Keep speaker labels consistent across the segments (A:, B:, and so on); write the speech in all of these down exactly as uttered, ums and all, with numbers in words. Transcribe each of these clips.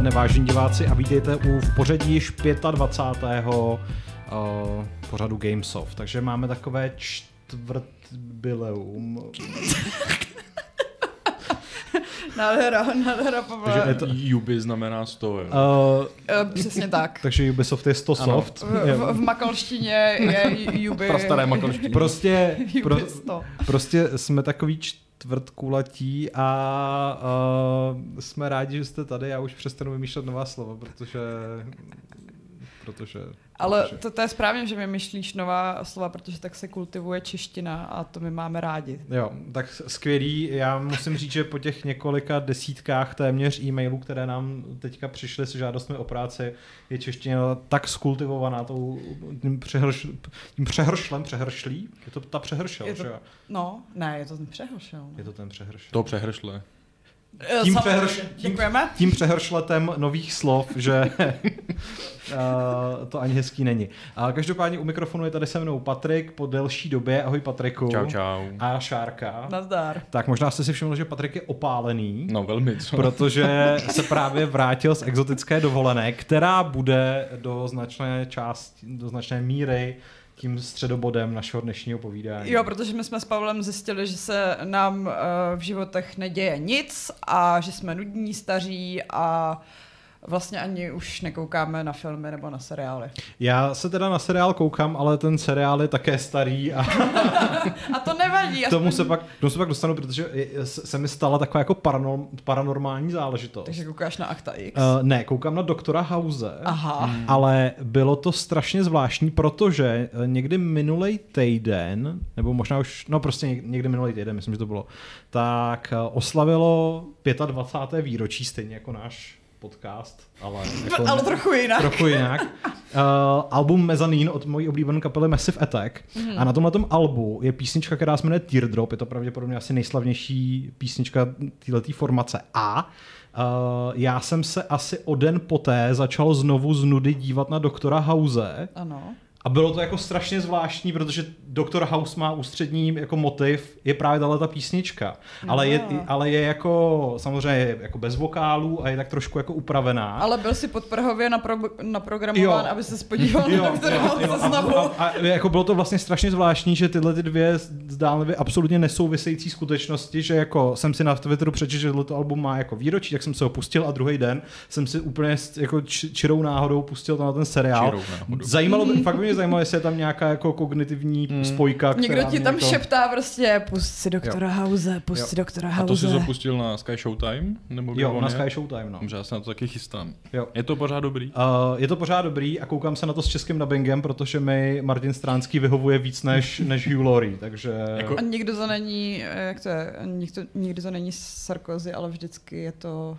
A: odpoledne, vážení diváci, a vítejte u v pořadí již dvacátého pátého Uh, pořadu Gamesoft. Takže máme takové čtvrtbileum.
B: Nádhera, nádhera, Pavle.
C: Takže to... Ubi znamená sto, jo?
B: Uh, uh, přesně tak.
A: Takže Ubisoft je sto soft.
B: V, v, v makalštině je Ubi.
C: Prastaré makalštině.
A: Prostě, pro,
B: sto.
A: prostě jsme takový čtvrtkulatí a uh, jsme rádi, že jste tady. Já už přestanu vymýšlet nová slova, protože... protože
B: Ale
A: protože...
B: to, to je správně, že vymýšlíš nová slova, protože tak se kultivuje čeština a to my máme rádi.
A: Jo, tak skvělý. Já musím říct, že po těch několika desítkách téměř e-mailů, které nám teďka přišly s žádostmi o práci, je čeština tak skultivovaná tou, tím, přehrš, tím přehršlem, přehršlí. Je to ta přehršel,
B: je to,
A: že jo?
B: No, ne, je to ten přehršel.
A: Je to ten přehršel.
C: To přehršle.
A: Tím, přehrš, tím, tím přehršletem nových slov, že uh, to ani hezký není. A každopádně u mikrofonu je tady se mnou Patrik po delší době. Ahoj Patriku.
C: Čau, čau.
A: A Šárka.
B: Nazdar.
A: Tak možná jste si všiml, že Patrik je opálený.
C: No velmi, co?
A: Protože se právě vrátil z exotické dovolené, která bude do značné části, do značné míry tím středobodem našeho dnešního povídání.
B: Jo, protože my jsme s Pavlem zjistili, že se nám uh, v životech neděje nic a že jsme nudní, staří a vlastně ani už nekoukáme na filmy nebo na seriály.
A: Já se teda na seriál koukám, ale ten seriál je také starý a,
B: a to nevadí.
A: K tomu se pak, tomu se pak dostanu, protože se mi stala taková jako paranorm, paranormální záležitost.
B: Takže koukáš na Akta X?
A: Uh, ne, koukám na doktora House.
B: Aha.
A: Hmm. Ale bylo to strašně zvláštní, protože někdy minulej týden, nebo možná už, no prostě někdy minulej týden, myslím, že to bylo, tak oslavilo dvacáté páté výročí, stejně jako náš podcast, ale, jako
B: ale trochu jinak.
A: Trochu jinak. Uh, album Mezzanine od mojí oblíbené kapely Massive Attack. Mm. A na tomhletom albu je písnička, která se jmenuje Teardrop. Je to pravděpodobně asi nejslavnější písnička téhleté formace. A uh, já jsem se asi o den poté začal znovu z nudy dívat na doktora House.
B: Ano.
A: A bylo to jako strašně zvláštní, protože doktor House má ústřední jako motiv, je právě tahle ta písnička. No. Ale, je, ale je jako, samozřejmě jako bez vokálů a je tak trošku jako upravená.
B: Ale byl si podprahově napro- naprogramován, jo. aby se spodíval
A: jo,
B: na doktora House znovu.
A: A, a, a jako bylo to vlastně strašně zvláštní, že tyhle ty dvě zdánlivě absolutně nesouvisející skutečnosti, že jako jsem si na Twitteru přečetl, že tohle album má jako výročí, tak jsem se ho pustil a druhý den jsem si úplně jako č- čirou náhodou pustil to na ten seriál. Zajímalo by, fakt mě zajímalo, jestli je tam nějaká jako kognitivní hmm. spojka, která
B: někdo ti tam
A: jako...
B: šeptá prostě pust si doktora jo. House, pust jo. si doktora House.
C: A to jsi zapustil na Sky Showtime? Nebo
A: jo, na Sky Showtime, no.
C: Dobře, já se na to taky chystám.
A: Jo.
C: Je to pořád dobrý?
A: Uh, je to pořád dobrý a koukám se na to s českým dubbingem, protože mi Martin Stránský vyhovuje víc než, než Hugh Laurie, takže...
B: Jako... A nikdo to není, jak to je, nikdo, nikdo to není Sarkozy, ale vždycky je to...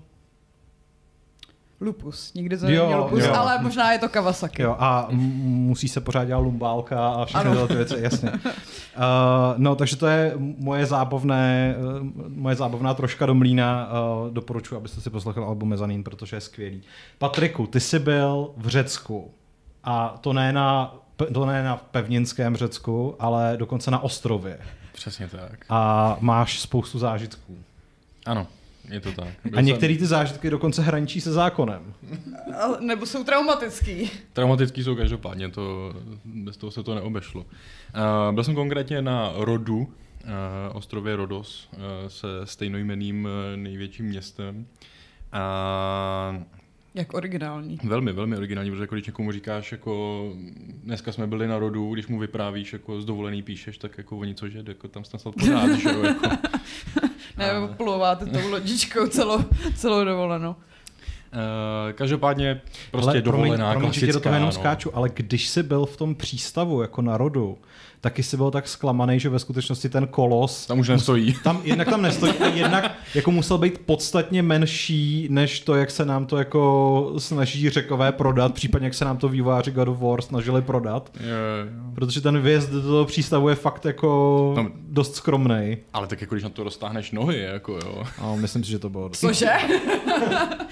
B: Lupus. Nikdy to
A: jo,
B: není Lupus,
A: jo.
B: ale možná je to Kawasaki.
A: Jo, a m- musí se pořád dělat lumbálka a všechny ty věci, jasně. Uh, no, takže to je moje zábavné, uh, moje zábavná troška do mlýna. Uh, doporučuji, abyste si poslechli album Mezzanine, protože je skvělý. Patriku, ty jsi byl v Řecku a to ne na, to ne na pevninském Řecku, ale dokonce na ostrově.
C: Přesně tak.
A: A máš spoustu zážitků.
C: Ano. Je to tak. Byl
A: a některé ty zážitky dokonce hraničí se zákonem.
B: Nebo jsou traumatický.
C: Traumatický jsou každopádně, to, bez toho se to neobešlo. Uh, byl jsem konkrétně na Rodu, uh, ostrově Rodos, uh, se stejnojmenným uh, největším městem. Uh,
B: Jak originální.
C: Velmi, velmi originální, protože jako když někomu říkáš, jako dneska jsme byli na Rodu, když mu vyprávíš, jako z dovolený píšeš, tak jako oni cože, jako tam jsi nastal pořád, že jo, jako.
B: Ne, a... pluváte tou lodičkou celou, celou dovolenou.
C: Uh, každopádně prostě
A: ale
C: dovolená,
A: promiň, promiň,
C: klasická.
A: Promiň, do toho jenom
C: no.
A: skáču, ale když jsi byl v tom přístavu jako na Rodu, taky jsi byl tak zklamaný, že ve skutečnosti ten kolos...
C: Tam už nestojí.
A: Tam, jednak tam nestojí a jednak jako musel být podstatně menší, než to, jak se nám to jako snaží Řekové prodat, případně jak se nám to vývojáři God of War snažili prodat.
C: Je, je.
A: Protože ten vjezd do toho přístavu je fakt jako tam, dost skromnej.
C: Ale tak jako když na to roztáhneš nohy, jako jo.
A: A myslím si, že to bylo dost.
B: Cože? Takže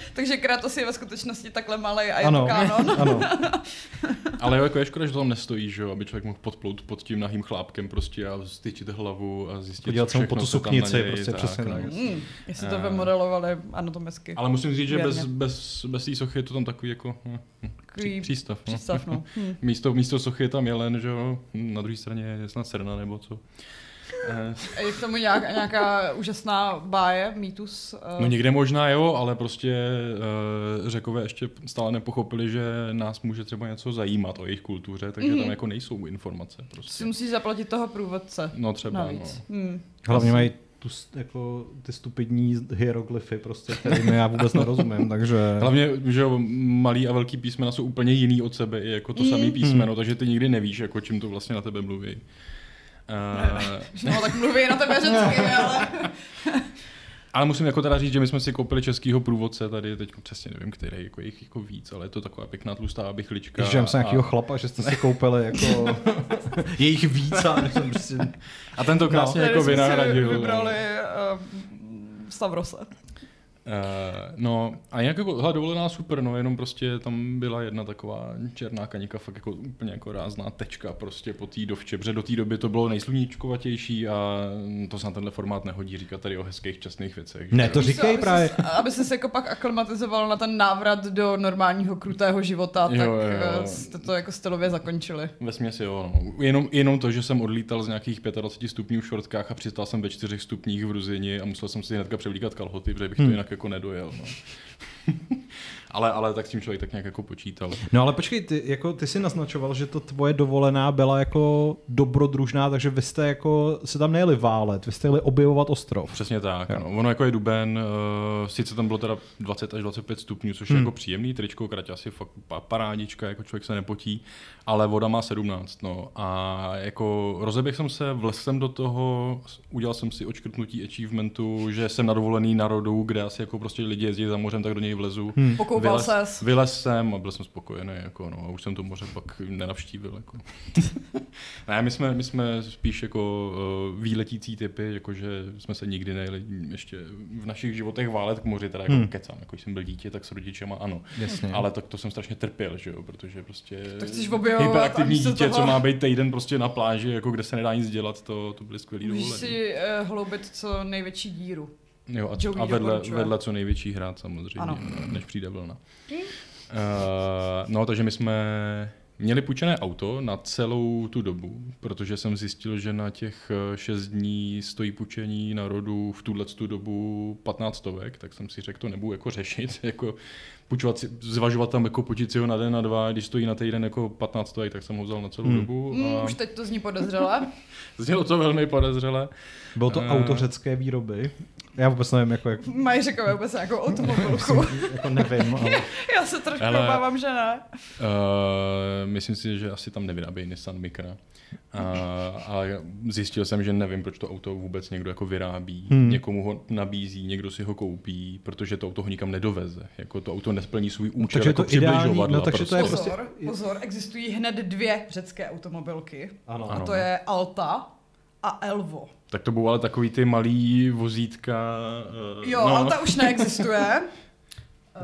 B: Kratos je ve skutečnosti takhle malej a je
A: ano,
B: to kanon.
A: Ano.
C: Ale jo, jako je škoda, že to tam nestojí, že jo, aby člověk mohl podplout pod tím nahým chlápkem prostě a styčit hlavu a zjistit,
A: Podívat
C: co
A: se mu po
C: všechno
A: tu
C: se tam
A: suknici,
C: naděje,
A: prostě
C: tak,
A: přesně
C: no.
A: tak.
B: Mm, jestli to
C: Eh.
B: vymodelovali anatomicky.
C: Ale musím říct, že
B: Věrně.
C: bez, bez, bez té sochy je to tam takový jako hm, hm,
B: Takový
C: pří, přístav. No.
B: Přístav, no. Hm.
C: místo, místo sochy je tam jelen, že jo, na druhé straně je snad srna nebo co. Eh,
B: A je k tomu nějak, nějaká úžasná báje, mýtus?
C: No někde možná jo, ale prostě uh, Řekové ještě stále nepochopili, že nás může třeba něco zajímat o jejich kultuře, takže
B: Mhm.
C: tam jako nejsou informace.
B: Si
C: Prostě.
B: musíš zaplatit toho průvodce.
C: No třeba, no.
B: Navíc. Hm.
A: Hlavně mají tu, s- jako, ty stupidní hieroglyfy, prostě, kterými já vůbec nerozumím, takže...
C: Hlavně, že jo, malý a velký písmena jsou úplně jiný od sebe, i jako to
B: Mm.
C: samý písmeno, takže ty nikdy nevíš, jako čím to vlastně na tebe mluví. Uh,
B: No tak mluví na tebe řecky, ale...
C: ale musím jako teda říct, že my jsme si koupili českýho průvodce tady, teď přesně nevím, který, jako jich jako víc, ale je to taková pěkná tlustá bychlička.
A: Že jsem nějakýho
C: a,
A: chlapa, že jste si koupili jako jejich víc a jsem prostě...
C: a ten to krásně jako
B: Tady jsme si
C: vynahradil.
B: vybrali uh, Stavrose.
C: Uh, no a jinak jako, hele, dovolená super, no, jenom prostě tam byla jedna taková černá kanika, fakt jako úplně jako rázná tečka prostě po té dovče, protože do té doby to bylo nejsluníčkovatější a to se na tenhle formát nehodí říkat tady o hezkých, čestných věcech.
A: Ne,
C: že
A: to
C: jo.
A: říkej
B: aby
A: právě.
B: Ses, aby se jako pak aklimatizoval na ten návrat do normálního krutého života,
C: Jo,
B: tak
C: jo, jo.
B: eh, jste to jako stylově zakončili.
C: Vesměs jo, no. Jenom, jenom to, že jsem odlítal z nějakých dvacet pět stupňů v šortkách a přistál jsem ve čtyřech stupních v Ruzini a musel jsem si hnedka převlíkat kalhoty, protože bych to
A: Hmm.
C: jinak jako nedojel. No. ale, ale tak s tím člověk tak nějak jako počítal.
A: No ale počkej, ty, jako, ty jsi naznačoval, že to tvoje dovolená byla jako dobrodružná, takže vy jste jako se tam nejeli válet, vy jste jeli objevovat ostrov.
C: Přesně tak.
A: Jo.
C: No. Ono jako je duben, uh, sice tam bylo teda dvacet až dvacet pět stupňů, což je
A: Hmm.
C: jako příjemný, tričko, kraťasy, fakt pa- parádička, jako člověk se nepotí, ale voda má sedmnáct. No. A jako rozeběhl jsem se, vlez jsem do toho, udělal jsem si odškrtnutí achievementu, že jsem na dovolený na rodu, kde asi jako prostě lidi jezdí za mořem, tak do něj vlezu.
A: Hmm.
B: Pokoupal
C: Vylez,
B: ses.
C: vylez jsem a byl jsem spokojený, jako, no, a už jsem to moře pak nenavštívil. Jako. ne, my jsme, my jsme spíš jako uh, výletící typy, jakože jsme se nikdy nejeli ještě v našich životech válet k moři, teda jako
A: Hmm.
C: kecám, jako když jsem byl dítě, tak s rodičema ano.
A: Jasně.
C: Ale tak to jsem strašně trpěl, že jo, protože prostě
B: To chceš objevovat
C: hyperaktivní
B: a místo
C: dítě,
B: toho-
C: co má být týden prostě na pláži, jako kde se nedá nic dělat, to, to byly skvělý
B: Můžeš
C: dovolený.
B: si uh, hloubit co největší díru.
C: Jo, a,
B: Joey
C: a vedle,
B: doporučuje.
C: vedle co největší hrát samozřejmě,
B: Ano.
C: než přijde vlna. Uh, no, takže my jsme měli půjčené auto na celou tu dobu, protože jsem zjistil, že na těch eh, šest dní stojí půjčení na rodu v tuhle tu dobu patnáct stovek, tak jsem si řekl, to nebudu jako řešit, jako půjčovat si, zvažovat tam jako počít si ho na den, na dva, když stojí na týden jako patnáct stovek, tak jsem ho vzal na celou
A: Hmm.
C: dobu
B: Mm,
C: a
B: už teď to zní podezřele.
C: znělo to velmi podezřele.
A: Bylo to
C: Eh.
A: auto řecké výroby. Já vůbec nevím, jako, jak,
B: Mají řekové vůbec nějakou automobilku.
A: jako nevím, ale...
B: Já se trošku
C: Ale-
B: obávám, že ne.
C: Uh, myslím si, že asi tam nevyrábějí Nissan Micra. Uh, ale zjistil jsem, že nevím, proč to auto vůbec někdo jako vyrábí.
A: Hmm.
C: Někomu ho nabízí, někdo si ho koupí, protože to auto ho nikam nedoveze. Jako to auto nesplní svůj účel
A: takže
C: jako
A: to ideální-
C: přibližovadla
A: no, takže to je
C: prostě.
B: Pozor,
A: prostě-
B: pozor, existují hned dvě řecké automobilky.
A: Ano.
B: A
C: Ano.
B: to je Alta a Elvo.
C: Tak to budou ale takový ty malý vozítka. Uh,
B: Jo,
C: no.
B: Alta už neexistuje. Uh,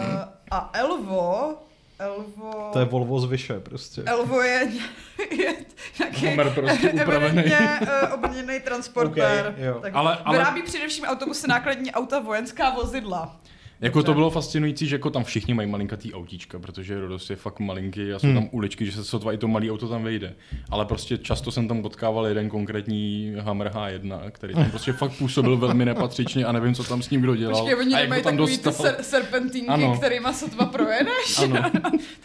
B: a Elvo, Elvo...
A: To je Volvo z Vyše prostě.
B: Elvo je, je nějaký
C: Homer prostě upravený.
B: evidentně uh, obrněný transportér.
A: Okay, jo.
B: tak
C: Ale- ale-
B: vyrábí především autobusy, nákladní auta, vojenská vozidla.
C: Jako
B: Dobře.
C: to bylo fascinující, že jako tam všichni mají malinkatý autíčka, protože Rodos je fakt malinký a jsou
A: Hmm.
C: tam uličky, že se sotva i to malý auto tam vejde. Ale prostě často jsem tam potkával jeden konkrétní Hammer há jedna, který tam prostě fakt působil velmi nepatřičně a nevím, co tam s ním kdo dělal.
B: Počkej, oni
C: a jak
B: nemají
C: ho tam
B: takový ty
C: dostal.
B: ser- serpentínky,
C: Ano.
B: kterýma sotva projedeš.
C: Ano.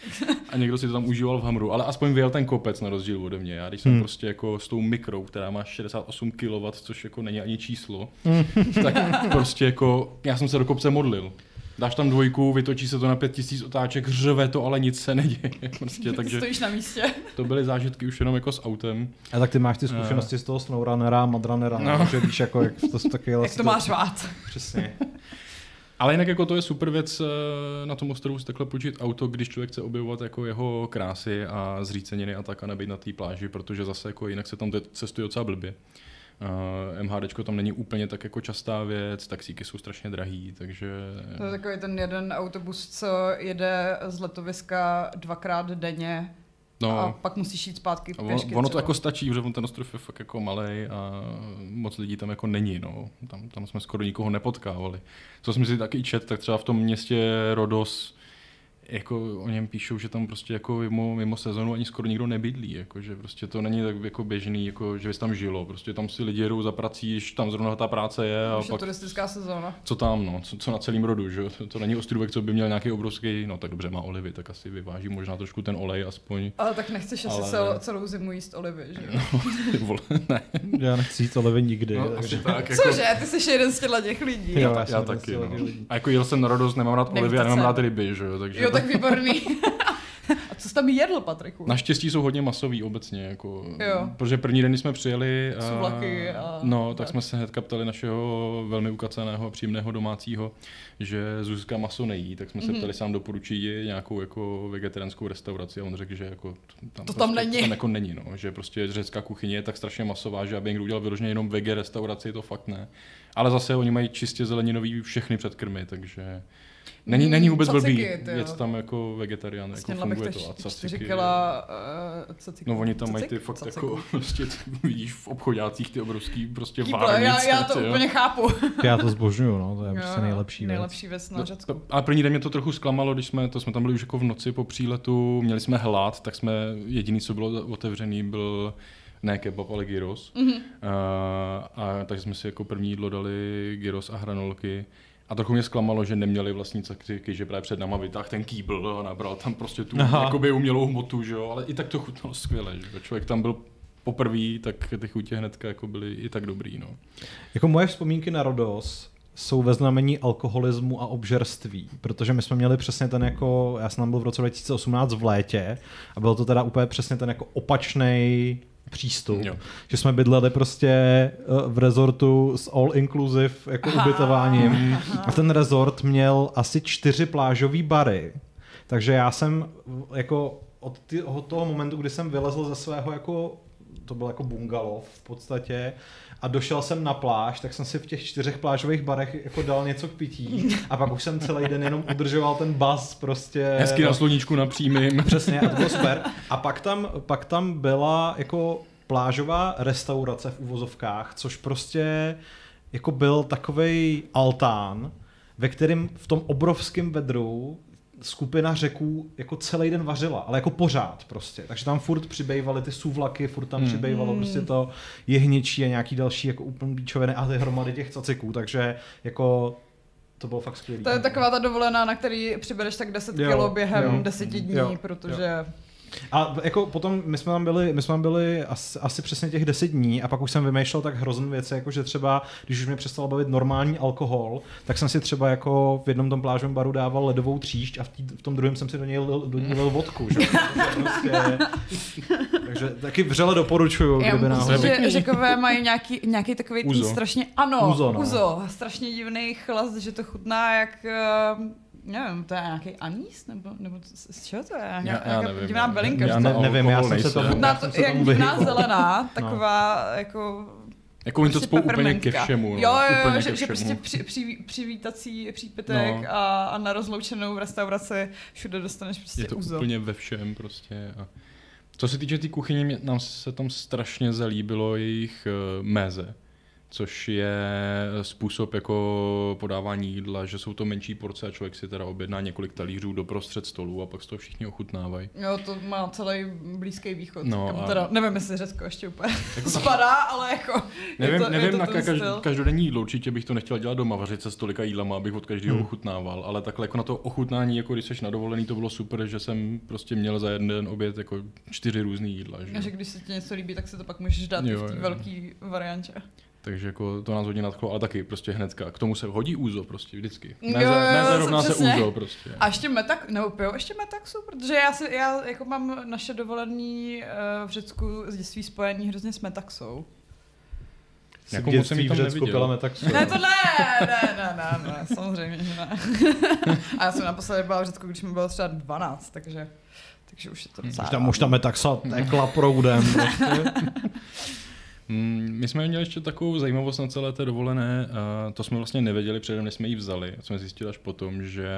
C: A někdo si to tam užíval v Hamru, ale aspoň vyjel ten kopec na rozdíl ode mě. Já když jsem
A: Hmm.
C: prostě jako s tou mikrou, která má šedesát osm kilowattů, což jako není ani číslo, tak prostě jako já jsem se do kopce modlil. Dáš tam dvojku, vytočí se to na pět tisíc otáček, řve to, ale nic se neděje. Prostě, takže
B: Stojíš na místě.
C: to byly zážitky už jenom jako s autem.
A: A tak ty máš ty zkušenosti z toho snowrunnera, madrunnera,
C: No.
A: no. že víš, jako, jak to jsou taky...
B: Jak to máš rád.
A: Přesně.
C: Ale jinak jako to je super věc eh, na tom ostrovu si takhle počít auto, když člověk chce objevovat jako jeho krásy a zříceniny a tak a nebejt na té pláži, protože zase jako jinak se tam te- cestuje docela blbě. Uh, MHDčko tam není úplně tak jako častá věc, taxíky jsou strašně drahý, takže...
B: To je takový ten jeden autobus, co jede z letoviska dvakrát denně no, a pak musíš jít zpátky pěšky.
C: Ono to jako stačí, protože ten ostrov je fakt jako malej a moc lidí tam jako není, no. Tam, tam jsme skoro nikoho nepotkávali. Co jsem si taky čet, tak třeba v tom městě Rodos jako o něm píšou, že tam prostě jako mimo, mimo sezonu ani skoro nikdo nebydlí, jako, že prostě to není tak jako běžný, jako, že bys tam žilo, prostě tam si lidi jedou za prací, tam zrovna ta práce je a
B: už
C: pak...
B: je turistická sezóna.
C: Co tam, no, co, co na celém Rodu, že to, to není ostrůvek, co by měl nějaký obrovský, no tak dobře, má olivy, tak asi vyváží možná trošku ten olej aspoň.
B: Ale tak nechceš
C: ale...
B: asi celou, celou zimu jíst olivy, že jo?
C: No, ty vole, ne.
A: Já nechci jíst olivy nikdy.
C: No,
A: takže...
C: tak, jako...
B: Cože, ty jsi jeden z těchto těch lidí.
A: Jo,
C: já, já taky, no. A jako jel jsem na Rodos, nemám rád olivy a nemám rád ryby, že jo, takže...
B: Jo, tak výborný. A co jsi tam jedl, Patriku?
C: Naštěstí jsou hodně masový obecně, jako,
B: jo.
C: protože první den, když jsme přijeli, a,
B: Suvlaky a...
C: no, tak, tak jsme se hnedka ptali našeho velmi ukaceného a příjemného domácího, že Zuzka maso nejí, tak jsme se ptali, sám doporučí nějakou jako vegetariánskou restauraci a on řekl, že jako tam,
B: to
C: prostě,
B: tam není.
C: Tam jako není, no, že prostě řecká kuchyně je tak strašně masová, že aby někdo udělal vyloženě jenom vege restauraci, to fakt ne. Ale zase oni mají čistě zeleninový všechny předkrmy, takže Není, není vůbec blbý, jet tam jako vegetarián, jako funguje to. A caciky.
B: Říkala, uh, caciky.
C: No oni tam
B: Cacik?
C: mají ty fakt
B: Caciku.
C: jako, prostě ty vidíš v obchodácích ty obrovský prostě
B: Kýble,
C: várnice.
B: já, já to
C: jo.
B: úplně chápu.
A: Já to zbožňuju, no, to je prostě
B: jo,
A: nejlepší věc.
B: Nejlepší věc na Řecku.
C: No, ale první den mě to trochu zklamalo, když jsme, to jsme tam byli už jako v noci po příletu, měli jsme hlad, tak jsme, jediný, co bylo otevřený, byl ne kebab, ale gyros. Mm-hmm. A, a takže jsme si jako první jídlo dali gyros a hranolky. A trochu mě zklamalo, že neměli vlastní caciky, že právě před náma vytáhl ten kýbl a nabral tam prostě tu jakoby umělou hmotu, že jo, ale i tak to chutnalo skvěle, že jo. Člověk tam byl poprvé, tak ty chutě hnedka jako byly i tak dobrý, no.
A: Jako moje vzpomínky na Rodos jsou ve znamení alkoholismu a obžerství, protože my jsme měli přesně ten jako, já jsem tam byl v roce dva tisíce osmnáct v létě a byl to teda úplně přesně ten jako opačnej přístup, jo. Že jsme bydleli prostě v rezortu s all inclusive jako aha, ubytováním aha. A ten rezort měl asi čtyři plážové bary, takže já jsem jako od, ty, od toho momentu, kdy jsem vylezl ze svého jako, to byl jako bungalov v podstatě, a došel jsem na pláž, tak jsem si v těch čtyřech plážových barech jako dal něco k pití a pak už jsem celý den jenom udržoval ten buzz prostě.
C: Hezky na sluníčku na přímým.
A: Přesně, a to bylo super. A pak tam, pak tam byla jako plážová restaurace v uvozovkách, což prostě jako byl takovej altán, ve kterém v tom obrovském vedru skupina Řeků jako celý den vařila, ale jako pořád prostě. Takže tam furt přibývaly ty suvlaky, furt tam hmm. přibývalo prostě to jehničí a nějaký další jako úplně bíčoviny a ty hromady těch caciků, takže jako to bylo fakt skvělý.
B: To je taková ta dovolená, na který přibereš tak deset kilo během jo. deseti dní, jo. protože... Jo.
A: A jako potom my jsme tam byli, my jsme tam byli asi, asi přesně těch deset dní a pak už jsem vymýšlel tak hrozný věci, jako že třeba, když už mě přestal bavit normální alkohol, tak jsem si třeba jako v jednom tom plážovém baru dával ledovou tříšť a v, tý, v tom druhém jsem si do něj lil, do něj lil vodku. Že? prostě, takže taky vřele doporučuju,
B: já
A: kdyby náhodou.
B: Že Řekové mají nějaký, nějaký takový tý strašně, ano,
A: uzo, no.
B: uzo, strašně divný chlast, že to chutná jak... Nevím, to je nějaký anís? Nebo, nebo z čeho to je?
C: Já,
B: nějaká
C: já nevím,
B: divná bylinka.
A: Já ne, nevím, já jsem se to
B: chutná to jak divná zelená, taková no. jako...
C: Jako oni to spou úplně ke všemu. No.
B: Jo, jo,
C: úplně
B: že,
C: ke
B: že
C: všemu.
B: prostě při, při, přivítací přípitek no. a, a na rozloučenou v restauraci všude dostaneš prostě
C: je to
B: uzo.
C: Úplně ve všem prostě. A co se týče té kuchyně, nám se tam strašně zalíbilo jejich uh, méze. Což je způsob jako podávání jídla, že jsou to menší porce a člověk si teda objedná několik talířů doprostřed stolu a pak z toho všichni ochutnávají. Jo,
B: to má celý Blízký východ.
C: No
B: kam
C: a...
B: teda, nevím, jestli Řecko ještě úplně jako spadá, ale jako
C: nevím,
B: je to,
C: nevím
B: je to
C: na každ-
B: styl.
C: každodenní jídlo, určitě bych to nechtěl dělat doma, vařit se s tolika jídlama, abych od každého hmm. ochutnával, ale takhle jako na to ochutnání, jako když seš na dovolený, to bylo super, že jsem prostě měl za jeden oběd jako čtyři různý jídla. Že?
B: A že když se ti něco líbí, tak si to pak můžeš dát jo, v té velké variantě.
C: Takže jako to nás hodně nadchlo, ale taky prostě hnedka. K tomu se hodí úzo prostě vždycky.
B: Méze, jo, jo,
C: méze rovná se úzo prostě.
B: A ještě metak, nebo piju ještě metaxu, protože já, si, já jako mám naše dovolený uh, v Řecku z dětství spojení hrozně s metaxou.
A: Jako musím jí tam neviděl. Metaxu.
B: Ne, to ne, ne, ne, ne, ne, samozřejmě, že ne. A já jsem naposledy byla v Řecku, když mi bylo třeba dvanáct, takže, takže už je to docela.
A: Už tam, už tam metaxa tekla proudem prostě.
C: My jsme měli ještě takovou zajímavost na celé té dovolené, to jsme vlastně nevěděli předem, než jsme ji vzali. A jsme zjistili až potom, že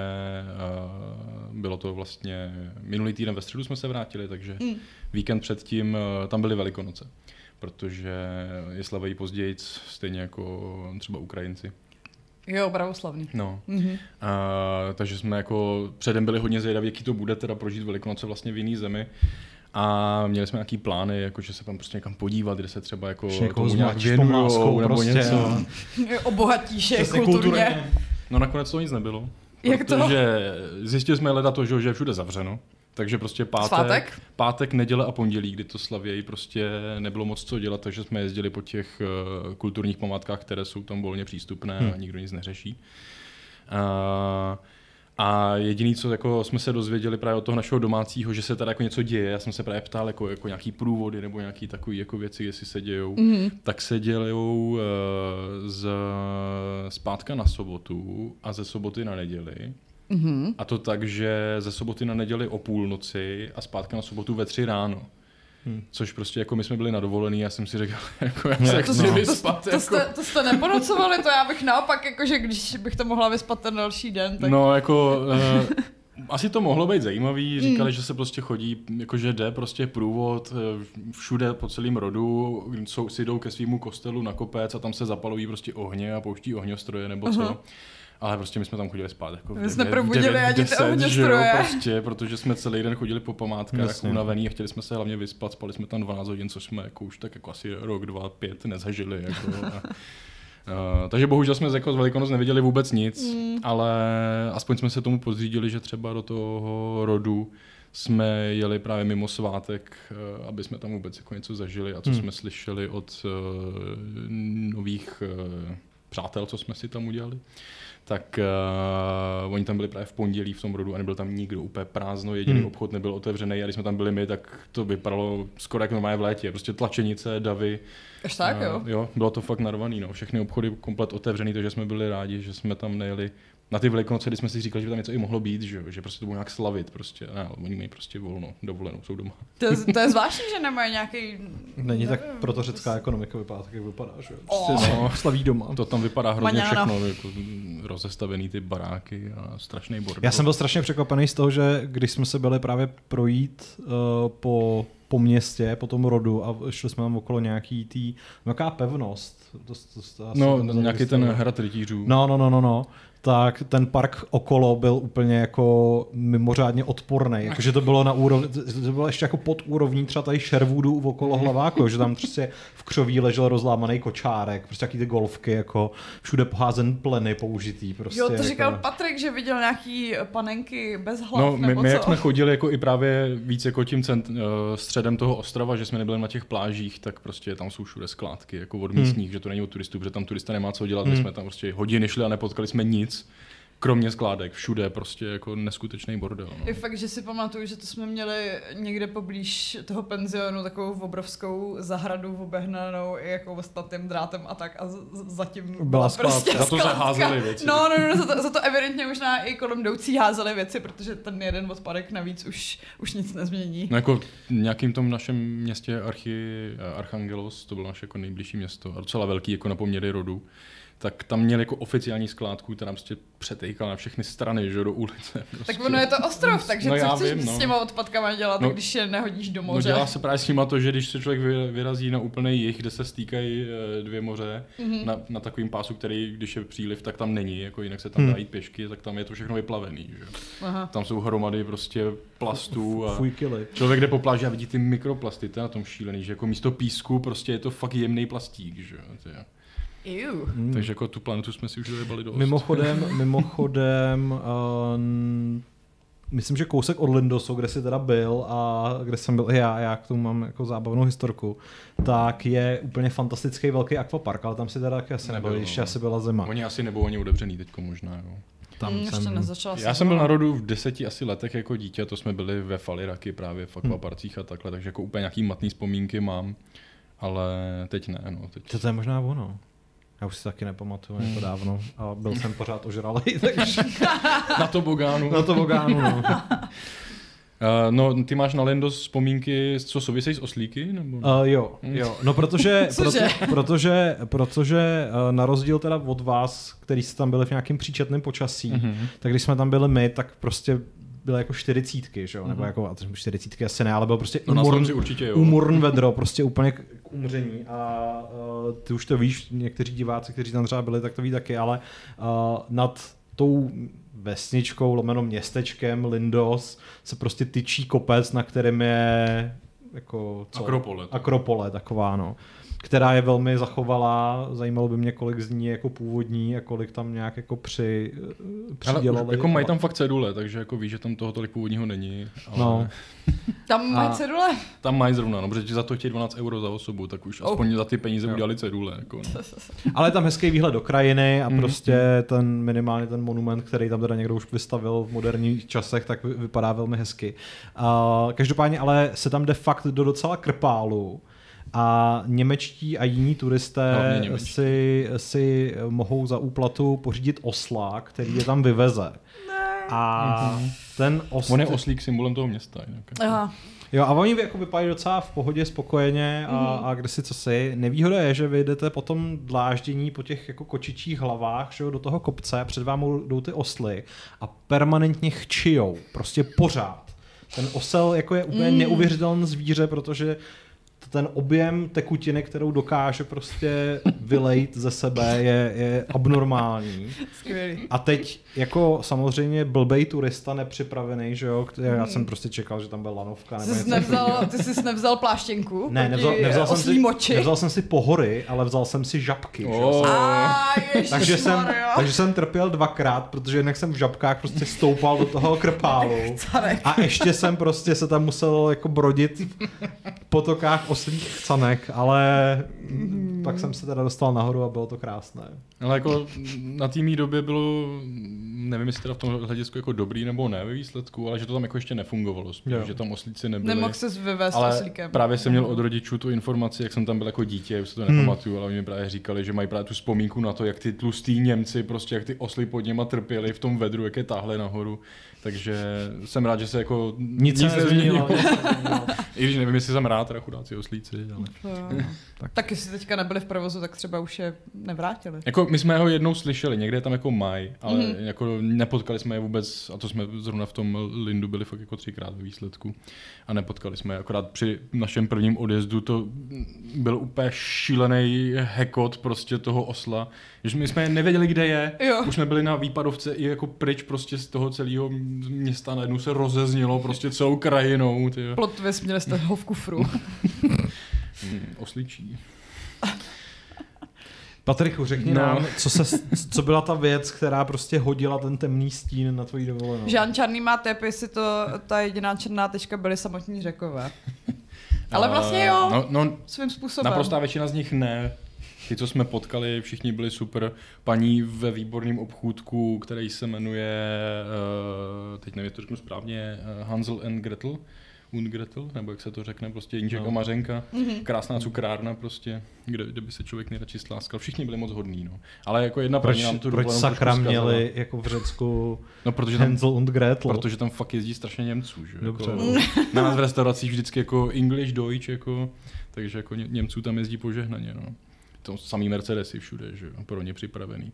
C: bylo to vlastně minulý týden ve středu jsme se vrátili, takže mm. víkend předtím tam byly Velikonoce, protože je slaví později stejně jako třeba Ukrajinci.
B: Jo, pravoslavný.
C: No, mm-hmm. a, takže jsme jako předem byli hodně zvědaví, jaký to bude teda prožít Velikonoce vlastně v jiný zemi. A měli jsme nějaký plány, jako že se tam prostě někam podívat, kde se třeba jako tomu nějak věnujou, nebo
A: prostě,
C: něco.
B: Obohatíš je kulturně. kulturně.
C: No nakonec to nic nebylo.
B: Jak to?
C: Protože zjistili jsme leda to, že je všude zavřeno. Takže prostě pátek, pátek, neděle a pondělí, kdy to slavějí, prostě nebylo moc co dělat, takže jsme jezdili po těch uh, kulturních památkách, které jsou tam volně přístupné hmm. a nikdo nic neřeší. Uh, A jediný, co jako jsme se dozvěděli právě od toho našeho domácího, že se tady jako něco děje, já jsem se právě ptal jako, jako nějaký průvody nebo nějaký takový jako věci, jestli se dějou, mm-hmm. tak se dějou uh, z zpátka na sobotu a ze soboty na neděli. Mm-hmm. A to tak, že ze soboty na neděli o půlnoci a zpátka na sobotu ve tři ráno. Hmm. Což prostě jako my jsme byli na dovolený, já jsem si řekl, jako já se
B: jak chci vyspat. To, to, jako... jste, to jste neponocovali, to já bych naopak, jakože když bych to mohla vyspat ten další den. Tak...
C: No jako, uh, asi to mohlo být zajímavý, říkali, hmm. že se prostě chodí, jakože jde prostě průvod všude po celém rodu, jsou, si jdou ke svýmu kostelu na kopec a tam se zapalují prostě ohně a pouští ohňostroje nebo co. Uh-huh. Ale prostě my jsme tam chodili spát. Jako
B: my jsme probudili ani ty ohňostroje.
C: Prostě, protože jsme celý den chodili po památkách unavený a chtěli jsme se hlavně vyspat. Spali jsme tam dvanáct hodin, což jsme jako už tak jako asi rok, dva, pět nezažili. Jako, a, a, takže bohužel jsme jako z Velikonoc neviděli vůbec nic, mm. ale aspoň jsme se tomu podřídili, že třeba do toho rodu jsme jeli právě mimo svátek, aby jsme tam vůbec jako něco zažili a co mm. jsme slyšeli od uh, nových uh, přátel, co jsme si tam udělali. Tak uh, oni tam byli právě v pondělí v tom rodu a nebyl tam nikdo, úplně prázdno, jediný hmm. obchod nebyl otevřený a když jsme tam byli my, tak to vypadalo skoro jak normálně v létě, prostě tlačenice, davy.
B: Až tak, uh, jo?
C: Jo, bylo to fakt narvaný, no. Všechny obchody komplet otevřený, takže jsme byli rádi, že jsme tam nejeli na ty Velikonoce, kdy jsme si říkali, že by tam něco i mohlo být, že, že prostě to budou nějak slavit, prostě, ne, ale oni mají prostě volno, dovolenou, jsou doma.
B: To, je, to je zvláštní, že nemají nějaký...
A: Není tak proto řecká ekonomika vypadá tak, jak vypadá, že prostě oh. slaví doma.
C: To tam vypadá hrozně Maňána. Všechno, jako rozestavený ty baráky a strašný bordel.
A: Já jsem byl strašně překvapený z toho, že když jsme se byli právě projít uh, po, po městě, po tom rodu a šli jsme tam okolo nějaký tý, nějaká pevnost. To, to, to,
C: no, nějaký ten hrad rytířů.
A: No, no, no, no, no. Tak ten park okolo byl úplně jako mimořádně odporný. Jakože to bylo na úrovni, to bylo ještě jako pod úrovní třeba tady Sherwoodu okolo Hlaváku, že tam prostě v křoví ležel rozlámaný kočárek, prostě jaký ty golfky, jako všude poházen pleny použitý. Prostě
B: jo, to
A: jako...
B: říkal Patrik, že viděl nějaký panenky bez hlav,
C: no, my,
B: nebo
C: my
B: co?
C: jak jsme chodili jako i právě víc jako tím cent, uh, středem toho ostrova, že jsme nebyli na těch plážích, tak prostě tam jsou všude skládky, jako od místních, hmm. že to není od turistů, protože tam turista nemá co dělat, hmm. my jsme tam prostě hodiny šli a nepotkali jsme nic. Kromě skládek, všude prostě jako neskutečný bordel. No.
B: Je fakt, že si pamatuju, že to jsme měli někde poblíž toho penzionu takovou obrovskou zahradu obehnanou i jako ostatným drátem a tak a z- zatím byla prostě
C: za to zaházeli věci.
B: No, no, no, za to, za to evidentně možná i kolem jdoucí házeli věci, protože ten jeden odpadek navíc už, už nic nezmění.
C: No jako v nějakým tom našem městě Archy, Archangelos, to bylo naše jako nejbližší město a docela velký jako na poměry rodu. Tak tam měli jako oficiální skládku, která prostě přetejkala na všechny strany, že do ulice. Prostě.
B: Tak ono je to ostrov, takže
C: no
B: co chceš
C: vím, no.
B: s těma odpadkama dělat, no, když je nehodíš do moře?
C: No dělá se právě s nima to, že když se člověk vyrazí na úplný jih, kde se stýkají dvě moře, mm-hmm. na, na takovým pásu, který, když je příliv, tak tam není, jako jinak se tam hmm. dá jít pěšky, tak tam je to všechno vyplavený. Že? Aha. Tam jsou hromady prostě plastů a člověk jde po pláži a vidí ty mikroplasty, to je na tom šílený, že jako místo písku prostě je to fakt jemný plastík. Že? Hmm. Takže jako tu planetu jsme si už dojebali dost.
A: Mimochodem, mimochodem uh, myslím, že kousek od Lindosu, kde jsi teda byl a kde jsem byl já, já k tomu mám jako zábavnou historku, tak je úplně fantastický velký akvapark, ale tam si teda taky asi nebyl, ještě asi byla zima.
C: Oni asi nebudou ani otevřený teďko možná, jo.
B: Tam hmm, jsem...
C: Já jsem byl na rodu v deseti asi letech jako dítě, to jsme byli ve Faliraky právě v akvaparcích a takhle, takže jako úplně nějaký matný vzpomínky mám, ale teď ne, no. Teď...
A: To je možná ono. Já už si taky nepamatuju, je to dávno a byl jsem pořád ožralej, takže...
C: Na tobogánu.
A: Na tobogánu, no.
C: Uh, no, ty máš na Lindos vzpomínky, co souvisejí s oslíky? Nebo?
A: Uh, jo, jo, no protože, proto, protože, protože uh, na rozdíl teda od vás, který jste tam byli v nějakém příčetném počasí, mm-hmm. tak když jsme tam byli my, tak prostě byly jako čtyřicítky, že jo, mm-hmm. nebo jako, a čtyřicítky asi ne, ale byl prostě
C: no,
A: umorn,
C: určitě,
A: umorn vedro, prostě úplně k, k umření a uh, ty už to víš, někteří diváci, kteří tam třeba byli, tak to ví taky, ale uh, nad tou vesničkou, lomeno městečkem Lindos se prostě tyčí kopec, na kterém je jako co?
C: Akropole.
A: Akropole, taková no. Která je velmi zachovalá, zajímalo by mě, kolik z ní je jako původní a kolik tam nějak jako při, přidělali.
C: Ale jako mají tam fakt cedule, takže jako víš, že tam toho tolik původního není. Ale...
A: No.
B: Tam mají cedule?
C: Tam mají zrovna, no, protože ti za to chtějí dvanáct euro za osobu, tak už oh. aspoň za ty peníze jo. udělali cedule. Jako, no.
A: Ale je tam hezký výhled do krajiny a mm. prostě ten minimálně ten monument, který tam teda někdo už vystavil v moderních časech, tak vypadá velmi hezky. Uh, každopádně ale se tam de facto do docela krpálu. A němečtí a jiní turisté no, si, si mohou za úplatu pořídit osla, který je tam vyveze. Ne. A mm-hmm. ten oslík... On
C: je oslík symbolem toho města.
A: Aha. Jo, a oni jako vypadají docela v pohodě, spokojeně a, mm-hmm. a kde si co si. Nevýhoda je, že vy jdete po tom dláždění po těch jako kočičích hlavách, že jo, do toho kopce, před vámi jdou ty osly a permanentně chčijou, prostě pořád. Ten osel jako je úplně mm. neuvěřitelné zvíře, protože ten objem tekutiny, kterou dokáže prostě vylejt ze sebe, je, je abnormální.
B: Skvělý.
A: A teď jako samozřejmě blbej turista nepřipravený, že jo, já jsem prostě čekal, že tam byla lanovka. Nebo
B: jsi nevzal, ty jsi nevzal pláštěnku?
A: Ne, nevzal, nevzal, jsem si, nevzal jsem si pohory, ale vzal jsem si žabky.
B: Oh. A,
A: takže, jsem, takže jsem trpěl dvakrát, protože jinak jsem v žabkách prostě stoupal do toho krpálu. A ještě jsem prostě se tam musel jako brodit v potokách oslých chcanek, ale mm. pak jsem se teda dostal nahoru a bylo to krásné.
C: Ale jako na té mý době bylo, nevím, jestli teda v tom hledisku jako dobrý nebo ne ve výsledku, ale že to tam jako ještě nefungovalo, spíš, že tam oslíci nebyli.
B: Nemohl ses vyvést
C: ale
B: oslíkem.
C: Právě jsem měl od rodičů tu informaci, jak jsem tam byl jako dítě, už se to hmm. nepamatuju, ale oni mi právě říkali, že mají právě tu vzpomínku na to, jak ty tlustý Němci, prostě jak ty osly pod něma trpěli v tom vedru, jak je táhli nahoru. Takže jsem rád, že se jako
A: nic, nic nezměnilo.
C: I když nevím, jestli jsem rád, teda chudáci oslíci. Ale...
B: No, tak. tak jestli teďka nebyli v provozu, tak třeba už je nevrátili.
C: Jako my jsme ho jednou slyšeli, někde je tam jako maj, ale mm. jako nepotkali jsme je vůbec, a to jsme zrovna v tom Lindu byli fakt jako třikrát ve výsledku. A nepotkali jsme je, akorát při našem prvním odjezdu to byl úplně šílený hekot prostě toho osla. Že my jsme nevěděli, kde je, jo. Už jsme byli na výpadovce i jako pryč prostě z toho celého města, najednou se rozeznělo prostě celou krajinou. Tyjo.
B: Plot twist, měli jste ho v kufru.
C: hmm, oslíčí.
A: Patriku, řekni no. nám, co, se, co byla ta věc, která prostě hodila ten temný stín na tvojí dovolenou.
B: Žán Čarný má tip, jestli to ta jediná černá tečka byly samotní Řekové. Ale vlastně jo,
C: no, no,
B: svým způsobem.
C: Naprostá většina z nich ne. Ty, co jsme potkali, všichni byli super. Paní ve výborném obchůdku, který se jmenuje, uh, teď nevím, to řeknu správně, uh, Hansel and Gretel, und Gretel, nebo jak se to řekne, prostě Jeníček no. a Mařenka. Mm-hmm. Krásná cukrárna prostě, kde, kde by se člověk nejradši stláskal. Všichni byli moc hodní, no. Ale jako jedna
A: proč,
C: paní nám tu
A: proč sakra měli jako v Řecku
C: no, protože tam,
A: Hansel und Gretel?
C: Protože tam fakt jezdí strašně Němců, že? Dobře. Jako, na nás v restauracích vždycky jako English, Deutsch, jako, takže jako Němců tam jezdí požehnaně, no. To samý Mercedesy všude, že jo, pro ně připravený.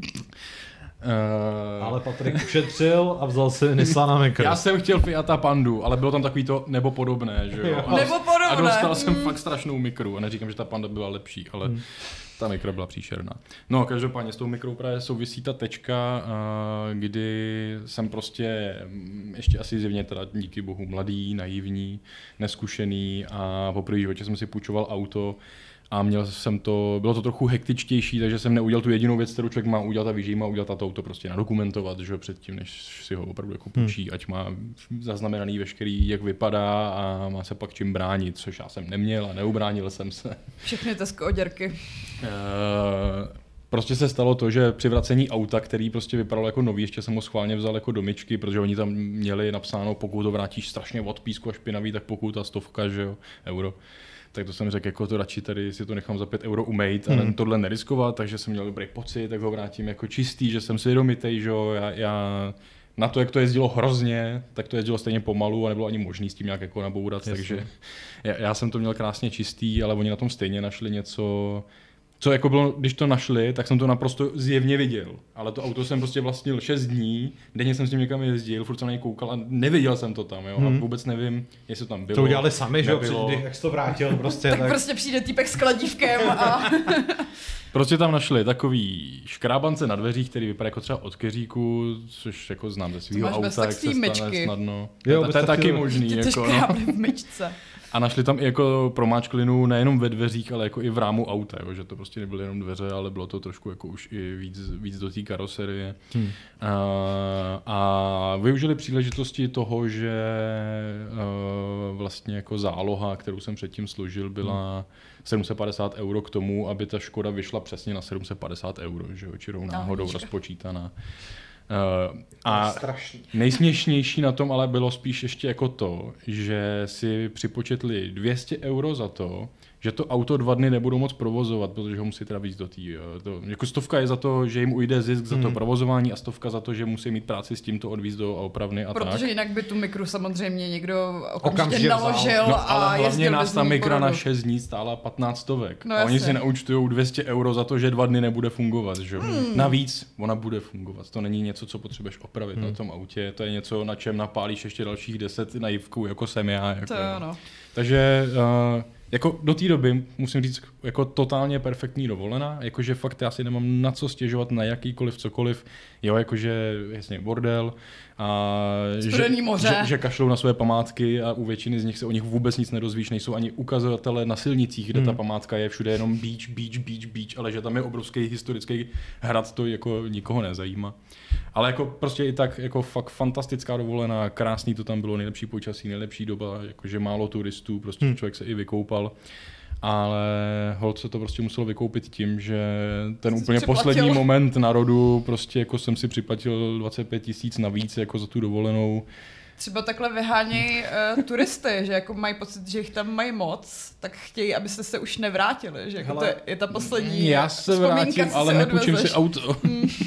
A: Uh, ale Patrik ušetřil a vzal si Nissana Micro.
C: Já jsem chtěl Fiata Pandu, ale bylo tam takový to nebo podobné, že jo.
B: jo. Nebo podobné.
C: A dostal jsem fakt strašnou mikru a neříkám, že ta Panda byla lepší, ale hmm. ta mikra byla příšerná. No, každopádně s tou mikrou právě souvisí ta tečka, kdy jsem prostě ještě asi zjevně teda díky bohu mladý, naivní, neskušený a poprvé v životě jsem si půjčoval auto. A měl jsem to, bylo to trochu hektičtější, takže jsem neudělal tu jedinou věc, kterou člověk má udělat a vyžij má udělat to auto prostě nadokumentovat, že předtím, než si ho opravdu jako půjčí, hmm. ať má zaznamenaný veškerý, jak vypadá a má se pak čím bránit, což já jsem neměl a neubránil jsem se.
B: Všechny Tesco oděrky.
C: Uh, prostě se stalo to, že při vracení auta, který prostě vypadalo jako nový, ještě jsem ho schválně vzal jako do myčky, protože oni tam měli napsáno, pokud to vrátíš strašně od písku a špinavý, tak pokuta stovka, že jo, euro. Tak to jsem řekl, jako to radši tady si to nechám za pět euro umejt a hmm. tohle neriskovat, takže jsem měl dobrý pocit, tak ho vrátím jako čistý, že jsem svědomitej, že jo, já, já na to, jak to jezdilo hrozně, tak to jezdilo stejně pomalu a nebylo ani možný s tím nějak jako nabourat, Jasně. takže já, já jsem to měl krásně čistý, ale oni na tom stejně našli něco, co jako bylo, když to našli, tak jsem to naprosto zjevně viděl, ale to auto jsem prostě vlastnil šest dní, denně jsem s tím někam jezdil, furt jsem na něj koukal a neviděl jsem to tam, jo, hmm. a vůbec nevím, jestli to tam bylo.
A: To udělali sami, že jo, jak jsi to vrátil prostě.
B: tak,
A: tak
B: prostě přijde týpek s kladívkem a...
C: Prostě tam našli takový škrábance na dveřích, který vypadá jako třeba od keříku, což jako znám ze svýho auta, jak se stane snadno.
A: Jo,
C: to, to je taky možný.
B: Jako, no. v myčce.
C: A našli tam i jako promáčklinu nejenom ve dveřích, ale jako i v rámu auta, jo, že to prostě nebyly jenom dveře, ale bylo to trošku jako už i víc, víc do té karoserie. Hmm. A, a využili příležitosti toho, že uh, vlastně jako záloha, kterou jsem předtím složil, byla hmm. sedm set padesát euro k tomu, aby ta Škoda vyšla přesně na sedm set padesát euro, že jo, čirou náhodou no, rozpočítaná. Uh, a nejsměšnější na tom ale bylo spíš ještě jako to, že si připočetli dvě stě euro za to, že to auto dva dny nebudou moc provozovat, protože ho musí teda víc do té. Jako stovka je za to, že jim ujde zisk za to hmm. provozování a stovka za to, že musí mít práci s tímto odvízt do opravny a
B: protože tak. Protože jinak by tu mikru samozřejmě někdo okamžitě,
A: okamžitě
B: naložil
C: no, ale
B: a
C: hlavně nás ta mikra na šest dní stála patnáct stovek. No, a oni si naúčtujou dvě stě euro za to, že dva dny nebude fungovat. Že? Hmm. Navíc ona bude fungovat. To není něco, co potřebuješ opravit hmm. na tom autě. To je něco, na čem napálíš ještě dalších deset naivků, jako jsem já. Jako,
B: to jo, no.
C: Takže uh, jako do té doby musím říct jako totálně perfektní dovolená, jakože fakt já si nemám na co stěžovat na jakýkoliv cokoliv, jo, jakože jasně bordel a že, že, že kašlou na své památky a u většiny z nich se o nich vůbec nic nedozvíš, nejsou ani ukazatele na silnicích, kde hmm. ta památka je, všude jenom beach, beach, beach, beach, ale že tam je obrovský historický hrad, to jako nikoho nezajímá. Ale jako prostě i tak jako fakt fantastická dovolená, krásný to tam bylo, nejlepší počasí, nejlepší doba, jakože málo turistů, prostě hmm. člověk se i vykoupal. Ale holt se to prostě muselo vykoupit tím, že ten
B: jsi
C: úplně
B: připlatil.
C: Poslední moment na rodu, prostě jako jsem si připlatil dvacet pět tisíc navíc jako za tu dovolenou.
B: Třeba takhle vyhánějí uh, turisty, že jako mají pocit, že jich tam mají moc, tak chtějí, abyste se už nevrátili, že jako to je, je ta poslední
C: já se vrátím, ale nepůjčím si auto. Hmm.
A: uh,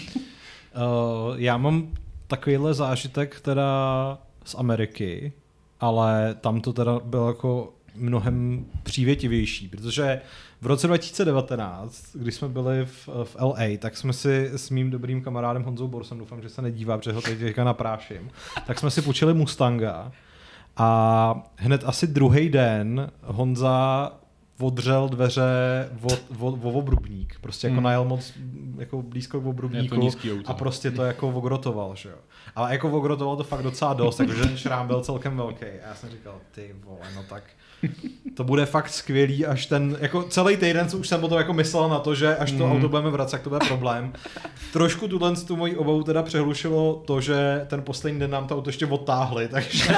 A: já mám takovýhle zážitek teda z Ameriky, ale tam to teda bylo jako mnohem přívětivější, protože v roce dva tisíce devatenáct, když jsme byli v, v L A, tak jsme si s mým dobrým kamarádem Honzou Borsem, doufám, že se nedívá, protože ho teď teďka napráším, tak jsme si půjčili Mustanga a hned asi druhý den Honza odřel dveře o obrubník, prostě jako hmm. najel moc jako blízko k obrubníku a prostě to jako ogrotoval, že jo. Ale jako ogrotoval to fakt docela dost, takže ten šrám byl celkem velký a já jsem říkal, ty vole, no tak to bude fakt skvělý, až ten, jako celý týden už jsem potom jako myslel na to, že až to mm. auto budeme vracet, tak to bude problém. Trošku tuhle tu moji obavu teda přehlušilo to, že ten poslední den nám to auto ještě odtáhli, takže...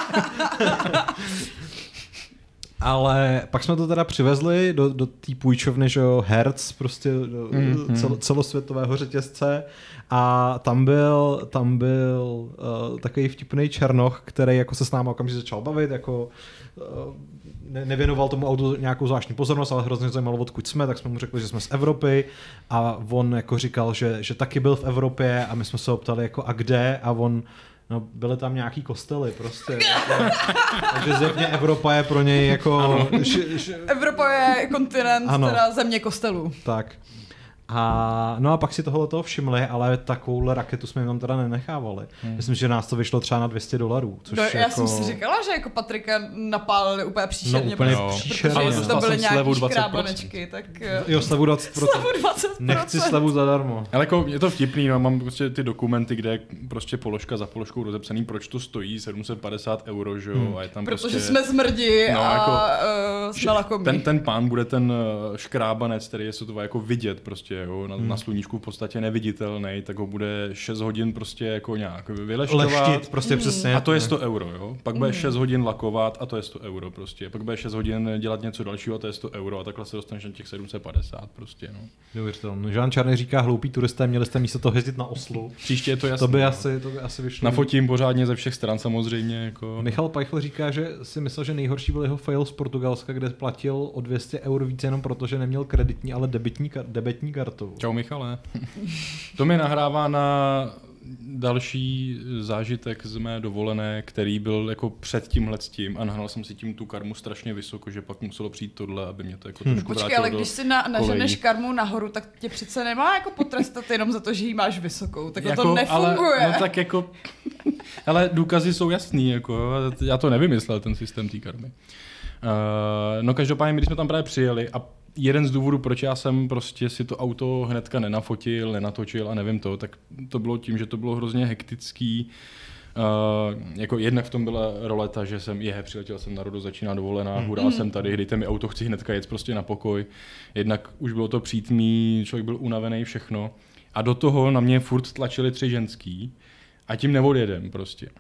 A: Ale pak jsme to teda přivezli do, do té půjčovny, že jo, Hertz, prostě do mm, cel, celosvětového řetězce a tam byl, tam byl uh, takový vtipný černoch, který jako se s námi okamžitě začal bavit, jako uh, ne, nevěnoval tomu autu nějakou zvláštní pozornost, ale hrozně zajímalo, odkud jsme, tak jsme mu řekli, že jsme z Evropy a on jako říkal, že, že taky byl v Evropě a my jsme se ho ptali jako a kde a on no, byly tam nějaký kostely prostě. Takže zjevně Evropa je pro něj jako... Š, š...
B: Evropa je kontinent, ano. Teda země kostelů.
A: Tak. A, no a pak si tohle toho všimli, ale takovouhle raketu jsme tam teda nenechávali. Hmm. Myslím, že nás to vyšlo třeba na dvě stě dolarů. Což
B: no,
A: jako...
B: Já jsem si říkala, že jako Patrika napálili úplně příšerně.
A: No úplně
B: no.
A: příšerně.
B: Ale to byly nějaký škrábanečky. Tak...
A: Jo, slevu dvacet procent.
B: Slevu dvacet procent.
A: Nechci slevu zadarmo.
C: Ale jako je to vtipný, no, mám prostě ty dokumenty, kde je prostě položka za položkou rozepsaný, proč to stojí sedm set padesát euro, že jo, hmm. a je tam
B: protože
C: prostě...
B: jsme zmrdi
C: no,
B: a
C: jako,
B: uh, jsme lakomí.
C: Ten, ten pán bude ten škrábanec, který je sotva jako vidět prostě, jo, na, hmm. na sluníčku v podstatě neviditelný, tak ho bude šest hodin prostě jako nějak vylešťovat.
A: Leštit, prostě hmm. přesně.
C: A to je sto euro, jo. Pak bude šest hodin lakovat a to je sto euro prostě. Pak bude šest hodin dělat něco dalšího a to je sto euro a takhle se dostaneš na těch sedm set padesát prostě, no.
A: Neuvěřitelné. Žán Čarný říká, hloupí turisté, měli jste místo toho jezdit na Oslu.
C: Příště je to jasné.
A: To by asi, to by asi vyšlo.
C: Nafotím pořádně ze všech stran samozřejmě. Jako...
A: Michal Pajchl říká, že si myslel, že nejhorší byl jeho fail z Portugalska, kde platil o dvě stě eur více jenom proto, že neměl kreditní, ale debetní, debetní kartu.
C: Čau Michale. To mi nahrává na další zážitek z mé dovolené, který byl jako před tímhle tím a nahnal jsem si tím tu karmu strašně vysoko, že pak muselo přijít tohle, aby mě to jako trošku
B: Počkej,
C: vrátilo
B: ale
C: do
B: když si na, naženeš
C: kolejí.
B: karmu nahoru, tak tě přece nemá jako potrestat jenom za to, že ji máš vysokou. Tak
C: Jako,
B: to nefunguje.
C: Ale, no tak jako, ale důkazy jsou jasný, jako, já to nevymyslel, ten systém té karmy. Uh, no každopádně, když jsme tam právě přijeli a jeden z důvodů, proč já jsem prostě si to auto hnedka nenafotil, nenatočil a nevím to, tak to bylo tím, že to bylo hrozně hektický. Uh, jako jednak v tom byla roleta, že jsem, je, přiletěl jsem na Rodo, začíná dovolená, hmm. hurá, jsem tady, dejte mi auto, chci hnedka jet prostě na pokoj. Jednak už bylo to přítmí, člověk byl unavený, všechno. A do toho na mě furt tlačili tři ženský a tím neodjedem prostě.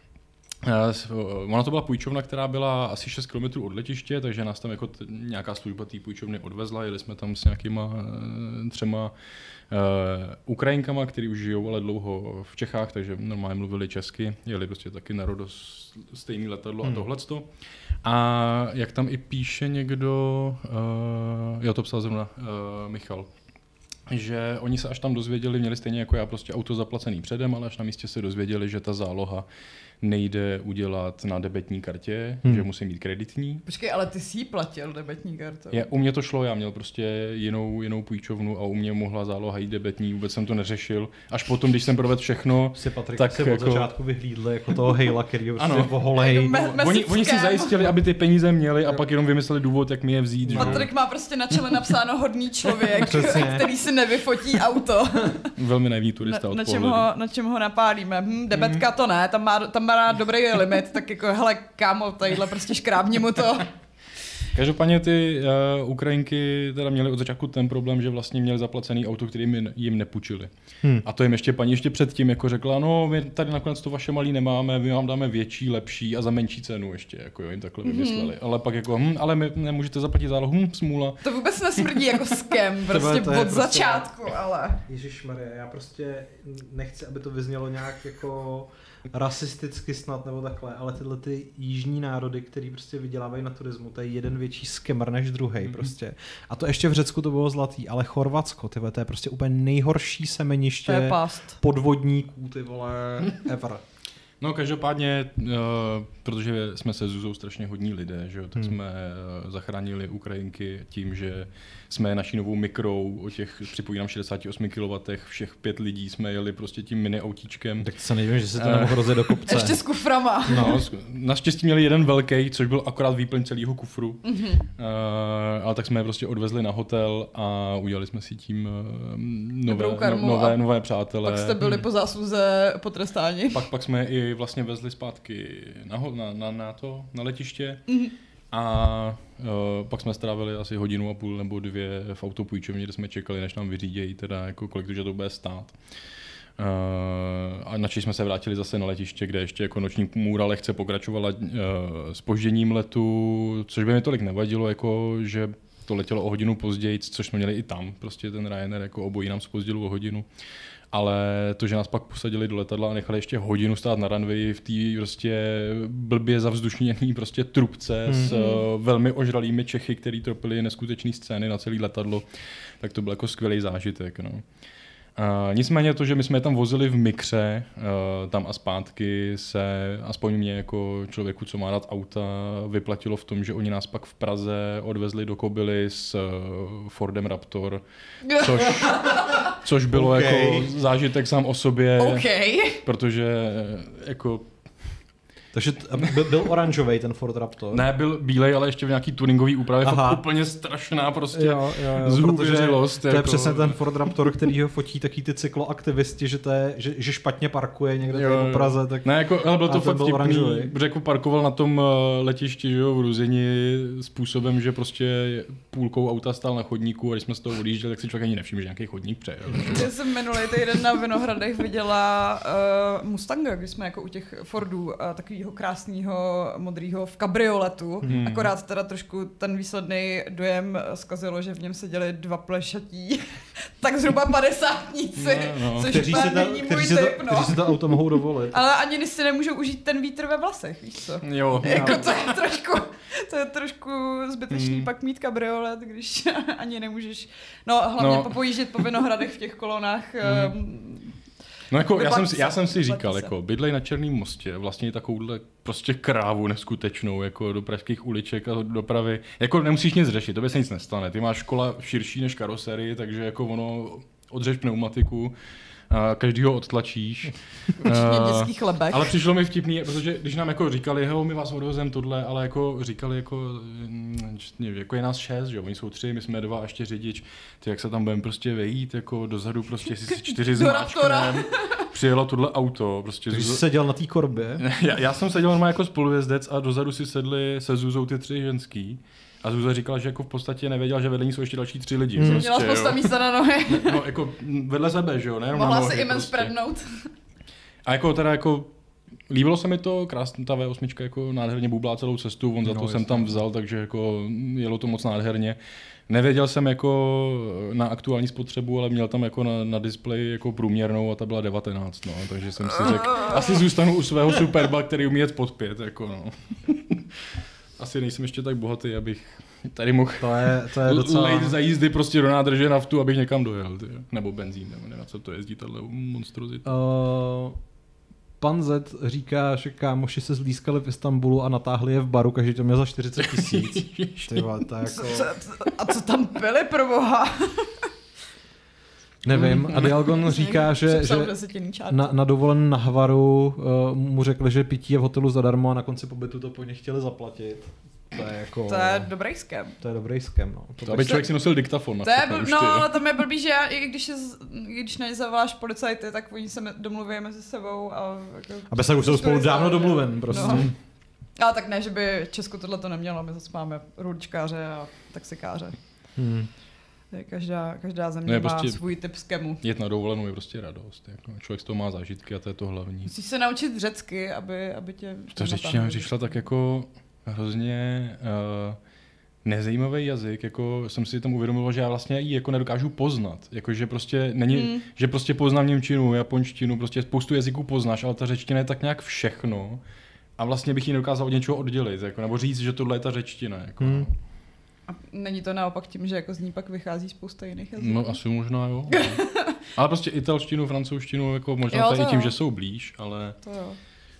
C: Uh, ona to byla půjčovna, která byla asi šest kilometrů od letiště, takže nás tam jako t- nějaká služba té půjčovny odvezla, jeli jsme tam s nějakýma uh, třema uh, Ukrajinkama, který už žijou ale dlouho v Čechách, takže normálně mluvili česky, jeli prostě taky na Rodo stejný letadlo hmm. a tohleto. A jak tam i píše někdo, uh, jo to psal zrovna uh, Michal, že oni se až tam dozvěděli, měli stejně jako já prostě auto zaplacený předem, ale až na místě se dozvěděli, že ta záloha nejde udělat na debetní kartě, hmm. že musí mít kreditní.
B: Počkej, ale ty jsi jí platil debetní kartou.
C: Je, u mě to šlo, já měl prostě jinou, jinou půjčovnu a u mě mohla záloha jít debetní, vůbec jsem to neřešil. Až potom, když jsem provedl všechno,
A: si Patrik
C: tak
A: si
C: jako...
A: od začátku vyhlídl jako toho hejla, který prostě
C: ano.
A: voholej.
B: Me-
C: oni, oni si zajistili, aby ty peníze měli a pak jenom vymysleli důvod, jak mi je vzít.
B: Patrik má prostě na čele napsáno hodný člověk, který si nevyfotí auto.
C: Velmi naivní turista
B: na,
C: od
B: na, čem
C: pohledu.
B: ho, na čem ho napálíme? Hm, debetka to ne, tam má, tam má dobrý limit, tak jako hele kámo, tadyhle prostě škrábni mu to.
C: Každopádně ty uh, Ukrajinky teda měly od začátku ten problém, že vlastně měli zaplacený auto, který jim, jim nepůjčili. Hmm. A to jim ještě paní ještě předtím jako řekla, no my tady nakonec to vaše malý nemáme, my vám dáme větší, lepší a za menší cenu ještě, jako jo, jim takhle vymysleli. Hmm. Ale pak jako, hm, ale my nemůžete zaplatit zálohu, hm, smůla.
B: To vůbec nesmrdí jako scam, prostě
A: to je
B: od
A: prostě...
B: začátku, ale...
A: Ježišmarja, já prostě nechci, aby to vyznělo nějak jako rasisticky snad nebo takhle, ale tyhle ty jižní národy, který prostě vydělávají na turismu, to je jeden větší skemr než druhej mm-hmm. prostě. A to ještě v Řecku to bylo zlatý, ale Chorvatsko, ty vole, to je prostě úplně nejhorší semeniště podvodníků, ty vole, ever.
C: No každopádně, uh, protože jsme se Zuzou strašně hodní lidé, že jo, tak hmm. jsme uh, zachránili Ukrajinky tím, že jsme naší novou mikrou, o těch připojím šedesát osm kilowattů, všech pět lidí jsme jeli prostě tím mini autíčkem.
A: Tak to se nevím, že se to nemohlo rozjet do kopce.
B: Ještě s kuframa.
C: No, naštěstí měli jeden velký, což byl akorát výplň celého kufru. Mm-hmm. Uh, ale tak jsme je prostě odvezli na hotel a udělali jsme si tím uh, nové, no, nové, nové přátelé.
B: Pak jste byli po zásluze potrestáni.
C: Pak, pak jsme i vlastně vezli zpátky na, na, na, na to, na letiště. Mm-hmm. A uh, pak jsme strávili asi hodinu a půl nebo dvě v autopůjčovně, kde jsme čekali, než nám vyřídějí, teda jako kolik to, že to bude stát. Uh, a načež jsme se vrátili zase na letiště, kde ještě jako noční můra lehce pokračovala uh, zpožděním letu, což by mi tolik nevadilo, jako že to letělo o hodinu později, což jsme měli i tam, prostě ten Ryanair jako obojí nám zpozdil o hodinu. Ale to, že nás pak posadili do letadla a nechali ještě hodinu stát na runway v té prostě blbě zavzdušněný prostě trubce mm-hmm. s uh, velmi ožralými Čechy, který tropili neskutečné scény na celé letadlo, tak to byl jako skvělý zážitek. No. Uh, nicméně to, že my jsme je tam vozili v mikře, uh, tam a zpátky se, aspoň mě jako člověku, co má rád auta, vyplatilo v tom, že oni nás pak v Praze odvezli do Kobily s uh, Fordem Raptor, což, což bylo okay. jako zážitek sám o sobě,
B: okay.
C: protože jako...
A: Takže t- byl, byl oranžovej ten Ford Raptor?
C: Ne, byl bílej, ale ještě v nějaký tuningový úpravě, fakt úplně strašná prostě
A: jo, jo, jo,
C: zhůvěřilost.
A: To je jako... přesně ten Ford Raptor, který ho fotí taky ty cykloaktivisti, že, to je, že, že špatně parkuje někde jo, v Praze. Tak...
C: Ne, jako, ale bylo to fakt vtipný, protože jako parkoval na tom letišti, že jo, v Ruzini způsobem, že prostě půlkou auta stál na chodníku a když jsme z toho odjížděli, tak si člověk ani nevšiml, že nějaký chodník přejel.
B: Já jsem minulý týden na Vinohradech viděla uh, Mustanga, když jsme jako u těch Fordů uh, takový krásného modrého v kabrioletu. Hmm. Akorát teda trošku ten výsledný dojem zkazilo, že v něm seděli dva plešatí, tak zhruba padesátníci, no, no. což
A: kteří
B: úplně
A: ta,
B: není
A: kteří
B: můj
A: si
B: typ.
A: To,
B: no.
A: kteří si to auto mohou dovolit.
B: Ale ani si nemůžou užít ten vítr ve vlasech, víš co?
C: Jo.
B: Jako to je trošku, to je trošku zbytečný hmm. pak mít kabriolet, když ani nemůžeš, no hlavně no. popojíždět po Vinohradech v těch kolonách. Hmm. Um,
C: No jako já jsem, si, já jsem si
B: Vyplatí
C: říkal,
B: se.
C: jako bydlej na Černém mostě, vlastně takovouhle prostě krávu neskutečnou, jako do pražských uliček a dopravy. Jako nemusíš nic řešit, tobě se nic nestane. Ty máš škola širší než karoserii, takže jako ono odřeš pneumatiku, a každýho odtlačíš.
B: Určitě dětský chlebek.
C: Ale přišlo mi vtipný, protože když nám jako říkali, hej, my vás odvozem tohle, ale jako říkali jako, mm, jako je nás šest, že jo, oni jsou tři, my jsme dva a ještě řidič, ty jak se tam budeme prostě vejít, jako dozadu prostě si si čtyři zmáčknem, přijelo tohle auto, prostě.
A: Takže jsi seděl na té korbě?
C: já, já jsem seděl normálně jako spolujezdec a dozadu si sedli se Zuzou ty tři ženský. A Zuza říkala, že jako v podstatě nevěděla, že vedle ní jsou ještě další tři lidi.
A: Hmm.
C: Prostě,
B: Měla spousta místa na nohy.
C: No jako vedle sebe, že jo, nejenom
B: Mohla
C: na nohy.
B: si imen
C: prostě.
B: sprednout.
C: A jako teda jako líbilo se mi to, krásná ta vé osm jako nádherně bublá celou cestu, on za
A: No,
C: to
A: jasně.
C: jsem tam vzal, takže jako jelo to moc nádherně. Nevěděl jsem jako na aktuální spotřebu, ale měl tam jako na, na displeji jako průměrnou a ta byla devatenáct, no, takže jsem si řekl, asi zůstanu u svého Superba, který umí jet pod pět, jako no. Asi nejsem ještě tak bohatý, abych tady mohl
A: To je, to je docela...
C: lejt za jízdy prostě do nádrže naftu, abych někam dojel, ty. Nebo benzín, nebo nevím, co to jezdí, tahle monstrozita.
A: Uh, pan Z říká, že kámoši se zlískali v Istanbulu a natáhli je v baru, každý to měl za čtyřicet tisíc. Ty vole, to je jako...
B: Co, co, a co tam pili pro boha?
A: Nevím. A Dialgon říká, že, že
B: Přepsal desetinný čárku.
A: na, na dovolen na Hvaru uh, mu řekli, že pití je v hotelu zadarmo a na konci pobytu to po ně chtěli zaplatit. To je jako...
B: To je dobrý skem.
A: To je dobrý skem, no.
C: To aby člověk si nosil diktafon. Na
B: To je,
C: všechno
B: bl-
C: už,
B: no,
C: ty, jo.
B: ale to je blbý, že já, i když, je, z- i když na ně zavoláš policajty, tak oni se me- domluví mezi sebou a... Jako,
A: Aby se už jsou spolu dávno domluven, prostě.
B: No. Ale tak ne, že by Česko tohle to nemělo, my zase máme ruličkáře a taxikáře.
A: Hmm.
B: Každá, každá země
C: No je
B: má
C: prostě-
B: svůj typ skemu.
C: Jet na dovolenou je prostě radost. Jako. Člověk z toho má zážitky a to je to hlavní.
B: Musíš se naučit řecky, aby, aby tě...
C: Ta řečtina přišla tak jako hrozně uh, nezajímavý jazyk, jako jsem si tam uvědomil, že já vlastně ji jako nedokážu poznat. Jako, že prostě není,
B: Hmm.
C: že prostě poznám němčinu, japonštinu, prostě spoustu jazyků poznáš, ale ta řečtina je tak nějak všechno. A vlastně bych ji nedokázal od něčeho oddělit, jako, nebo říct, že tohle je ta řečtina. Jako.
A: Hmm.
B: A není to naopak tím, že jako z ní pak vychází spousta jiných jazyků?
C: No asi možná jo. No. Ale prostě italštinu, francouzštinu, jako možná
B: Jo,
C: to je
B: to
C: i tím,
B: jo.
C: že jsou blíž, ale
B: To jo.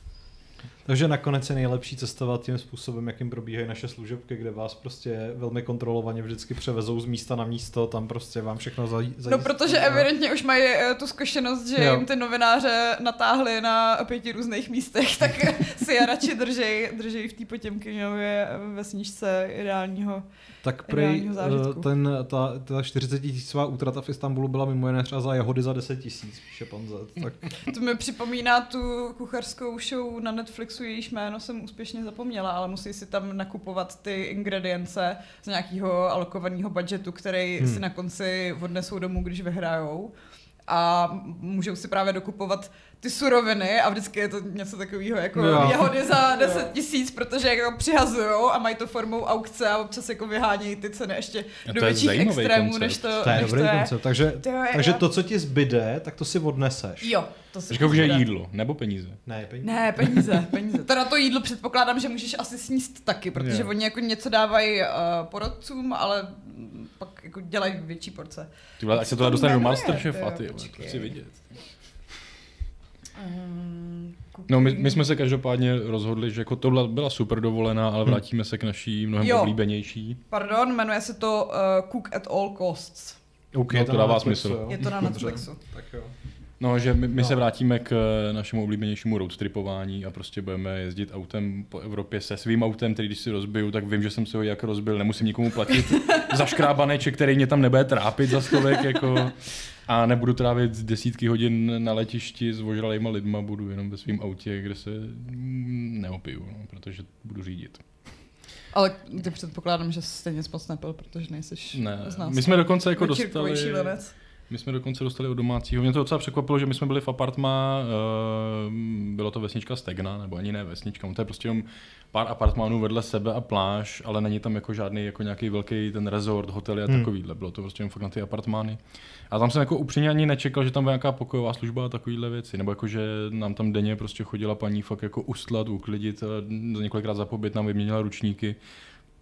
A: Takže nakonec je nejlepší cestovat tím způsobem, jakým probíhají naše služebky, kde vás prostě velmi kontrolovaně vždycky převezou z místa na místo, tam prostě vám všechno zaj- zajistí.
B: No protože evidentně už mají eh, tu zkušenost, že
A: Jo.
B: jim ty novináře natáhli na pěti různých místech, tak si je radši držej, držej v té Potěmkinově vesničce ideálního.
A: Tak prej
B: ideálního zážitku.
A: eh, ten, ta, ta čtyřicet tisícová útrata v Istanbulu byla mimo jiné třeba za jahody za deset tisíc, píše pan Z. Tak
B: To mi připomíná tu kuchařskou show na Netflixu, jejíž jméno jsem úspěšně zapomněla, ale musí si tam nakupovat ty ingredience z nějakého alokovaného budgetu, který
A: Hmm.
B: si na konci odnesou domů, když vyhrajou. A můžou si právě dokupovat ty suroviny a vždycky je to něco takového jako
A: Jo.
B: jahody za deset tisíc, protože jako přihazujou a mají to formou aukce a občas jako vyhánějí ty ceny ještě
C: A
B: do
C: to je
B: větších
C: zajímavý
B: extrémů,
C: koncept.
B: než to,
A: to je
B: než
A: dobrý
B: to je.
A: koncept. Takže,
B: To jo,
A: takže
B: já-
A: to, co ti zbyde, tak to si odneseš.
B: Jo, to si
C: říkám, že
B: bude.
C: jídlo, nebo peníze.
A: Ne, peníze.
B: Ne, peníze, peníze. Teda to jídlo předpokládám, že můžeš asi sníst taky, protože
C: Jo.
B: oni jako něco dávají uh, porodcům, ale mm, pak jako dělají větší porce.
C: Ty vole, ať se
B: to
C: to dostane do
B: jmenuje,
C: Masterchefa,
B: ty
C: ty
B: jo,
C: vole, to
B: počkej.
C: chci vidět.
B: Um,
C: No my, my jsme se každopádně rozhodli, že jako tohle byla super dovolená, ale vrátíme se k naší mnohem
B: Jo.
C: oblíbenější.
B: Pardon, jmenuje se to uh, Cook at all costs.
A: OK,
C: No, to
A: na
C: dává
A: Netflixu,
C: smysl.
A: jo.
B: Je to na
A: Dobře,
B: Netflixu.
A: Tak jo.
C: No, že my, my
A: No.
C: se vrátíme k eh, našemu oblíbenějšímu roadtripování a prostě budeme jezdit autem po Evropě se svým autem, který když si rozbiju, tak vím, že jsem se ho jak rozbil, nemusím nikomu platit za škrábaneček, který mě tam nebude trápit za stovek, jako, a nebudu trávit desítky hodin na letišti s ožralejma lidma, budu jenom ve svém autě, kde se mm, neopiju, no, protože budu řídit.
B: Ale ty předpokládám, že stejně moc nepil, protože nejseš
C: Ne,
B: z nás.
C: my jsme dokonce jako
B: večírkový
C: dostali...
B: šílenec.
C: My jsme dokonce dostali od domácího. Mě to docela překvapilo, že my jsme byli v apartmá, uh, bylo to vesnička Stegna, nebo ani ne vesnička, to je prostě jenom pár apartmánů vedle sebe a pláž, ale není tam jako žádný jako nějaký velký ten resort, hotely a
A: Hmm.
C: takovýhle. Bylo to prostě jen fakt na ty apartmány. A tam jsem jako upřímně ani nečekal, že tam bude nějaká pokojová služba a takovýhle věci. Nebo jako, že nám tam denně prostě chodila paní fakt jako ustlat, uklidit, a za několikrát za pobyt nám vyměnila ručníky.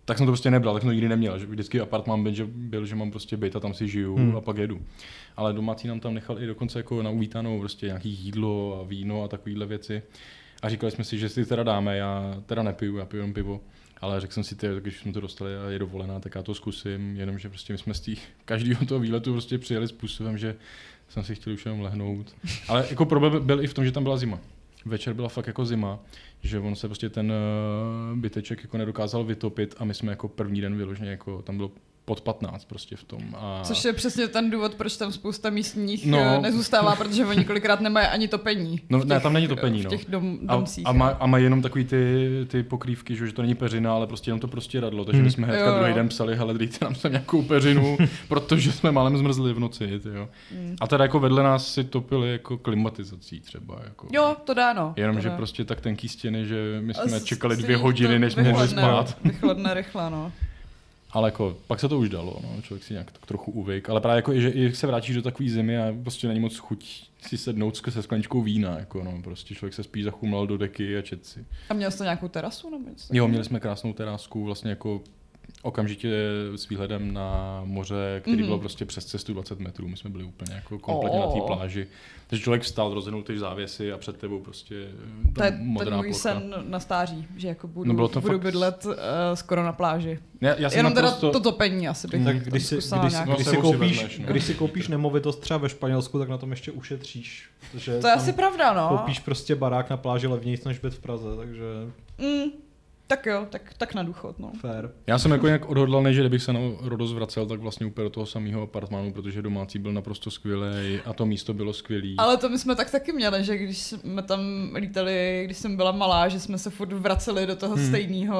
C: tak jsem to prostě nebral, tak jsem to nikdy neměl, že vždycky apartmán byl, že, byl, že mám prostě byt a tam si žiju hmm. a pak jedu. Ale domácí nám tam nechal i dokonce jako na uvítanou prostě nějaký jídlo a víno a takovýhle věci. A říkali jsme si, že si teda dáme, já teda nepiju, já piju jenom pivo. Ale řekl jsem si, ty, když jsme to dostali a je dovolená, tak já to zkusím, jenomže prostě my jsme z tý, každýho toho výletu prostě přijeli způsobem, že jsem si chtěl už jenom lehnout. Ale jako problém byl i v tom, že tam byla zima. Večer byla fakt jako zima, že on se prostě ten byteček jako nedokázal vytopit a my jsme jako první den vyloženě jako tam bylo pod patnáct prostě v tom. A...
B: Což je přesně ten důvod, proč tam spousta místních no. nezůstává, protože oni kolikrát nemají ani topení.
C: No
B: těch,
C: ne, tam není topení, no.
B: V těch dom, domcích.
C: A, a, maj, a mají jenom takový ty, ty pokrývky, že to není peřina, ale prostě jenom to prostě radlo. Takže hmm. my jsme hnedka druhý den psali, hele, dejte nám sem nějakou peřinu, protože jsme málem zmrzli v noci. Tyjo. Hmm. A teda jako vedle nás si topili jako klimatizací třeba. Jako.
B: Jo, to dá, no.
C: Jenom, že prostě tak tenký stěny, že my jsme čekali dvě hodiny, než jsme mohli spát.
B: Vychladne rychle, no.
C: Ale jako, pak se to už dalo, no, člověk si nějak tak trochu uvyk, ale právě jako, že i se vrátíš do takové zimy a prostě není moc chuť si sednout se skleničkou vína, jako no, prostě člověk se spíš zachumlal do deky a čet si.
B: A měl jste nějakou terasu nebo něco?
C: Jo, měli jsme krásnou terásku, vlastně jako okamžitě s výhledem na moře, který mm-hmm. bylo prostě přes cestu dvacet metrů, my jsme byli úplně jako kompletně oh. na té pláži. Takže člověk vstal, rozhrnul ty závěsy a před tebou prostě
B: to je
C: modrá
B: ten můj
C: plocha.
B: sen na stáří, že jako budu,
C: no bylo to
B: budu
C: fakt...
B: bydlet uh, skoro na pláži.
C: Já, já
B: Jenom teda
C: naprosto...
B: to topení asi bych
A: tak když si, když, když, když, si koupíš, vezmeš, no. když si koupíš nemovitost třeba ve Španělsku, tak na tom ještě ušetříš.
B: To je asi pravda, no.
A: Koupíš prostě barák na pláži levnějc než byt v Praze, takže...
B: Mm. Tak jo, tak, tak na důchod, no.
A: Fair.
C: Já jsem jako nějak odhodlaný, že kdybych se na Rodos vracel, tak vlastně úplně do toho samého apartmánu, protože domácí byl naprosto skvělý a to místo bylo skvělý.
B: Ale to my jsme tak taky měli, že když jsme tam lítali, když jsem byla malá, že jsme se furt vraceli do toho hmm. stejného,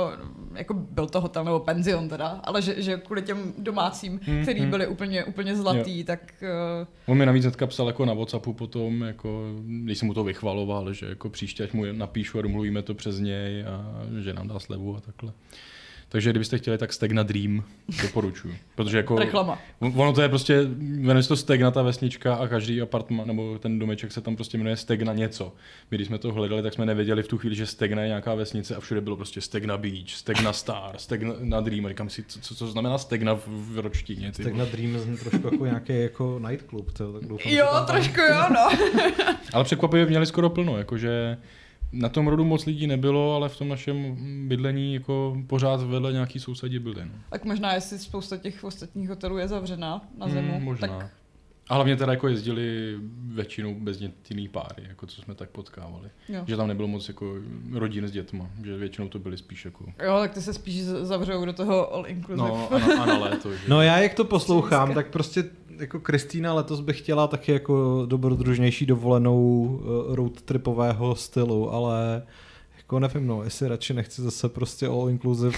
B: jako byl to hotel nebo penzion teda, ale že, že kvůli těm domácím, hmm. který byli úplně, úplně zlatý, jo. tak... Uh...
C: On mi navíc hnedka psal jako na WhatsAppu potom, jako, když jsem mu to vychvaloval, že jako příště, ať mu napíšu a domluvíme to přes něj a že nám dá slevu a takhle. Takže kdybyste chtěli, tak Stegna Dream doporučuji. Protože jako...
B: Reklama.
C: Ono to je prostě, jmenuje se to Stegna ta vesnička a každý apartman nebo ten domeček se tam prostě jmenuje Stegna něco. My když jsme to hledali, tak jsme nevěděli v tu chvíli, že Stegna je nějaká vesnice a všude bylo prostě Stegna Beach, Stegna Star, Stegna Dream. A říkám si, co, co znamená Stegna v, v ročtině. Ty
A: Stegna Dream zní trošku jako nějaký jako nightclub. To, tak doufám,
B: jo, trošku jo, no.
C: Ale překvapivě měli skoro plno, jakože na tom Rodu moc lidí nebylo, ale v tom našem bydlení jako pořád vedle nějaký sousedí byli. No.
B: Tak možná, jestli spousta těch ostatních hotelů je zavřená na zimu.
C: Hmm, možná.
B: Tak...
C: A hlavně teda jako jezdili většinou bezdětný páry, jako co jsme tak potkávali. Jo. Že tam nebylo moc jako rodin s dětma, že většinou to byly spíš jako...
B: Jo, tak ty se spíš zavřou do toho all inclusive.
C: No a na, a na léto. Že?
A: No já jak to poslouchám, tak prostě jako Kristýna letos bych chtěla taky jako dobrodružnější dovolenou uh, road tripového stylu, ale jako nevím, no, jestli radši nechci zase prostě all inclusive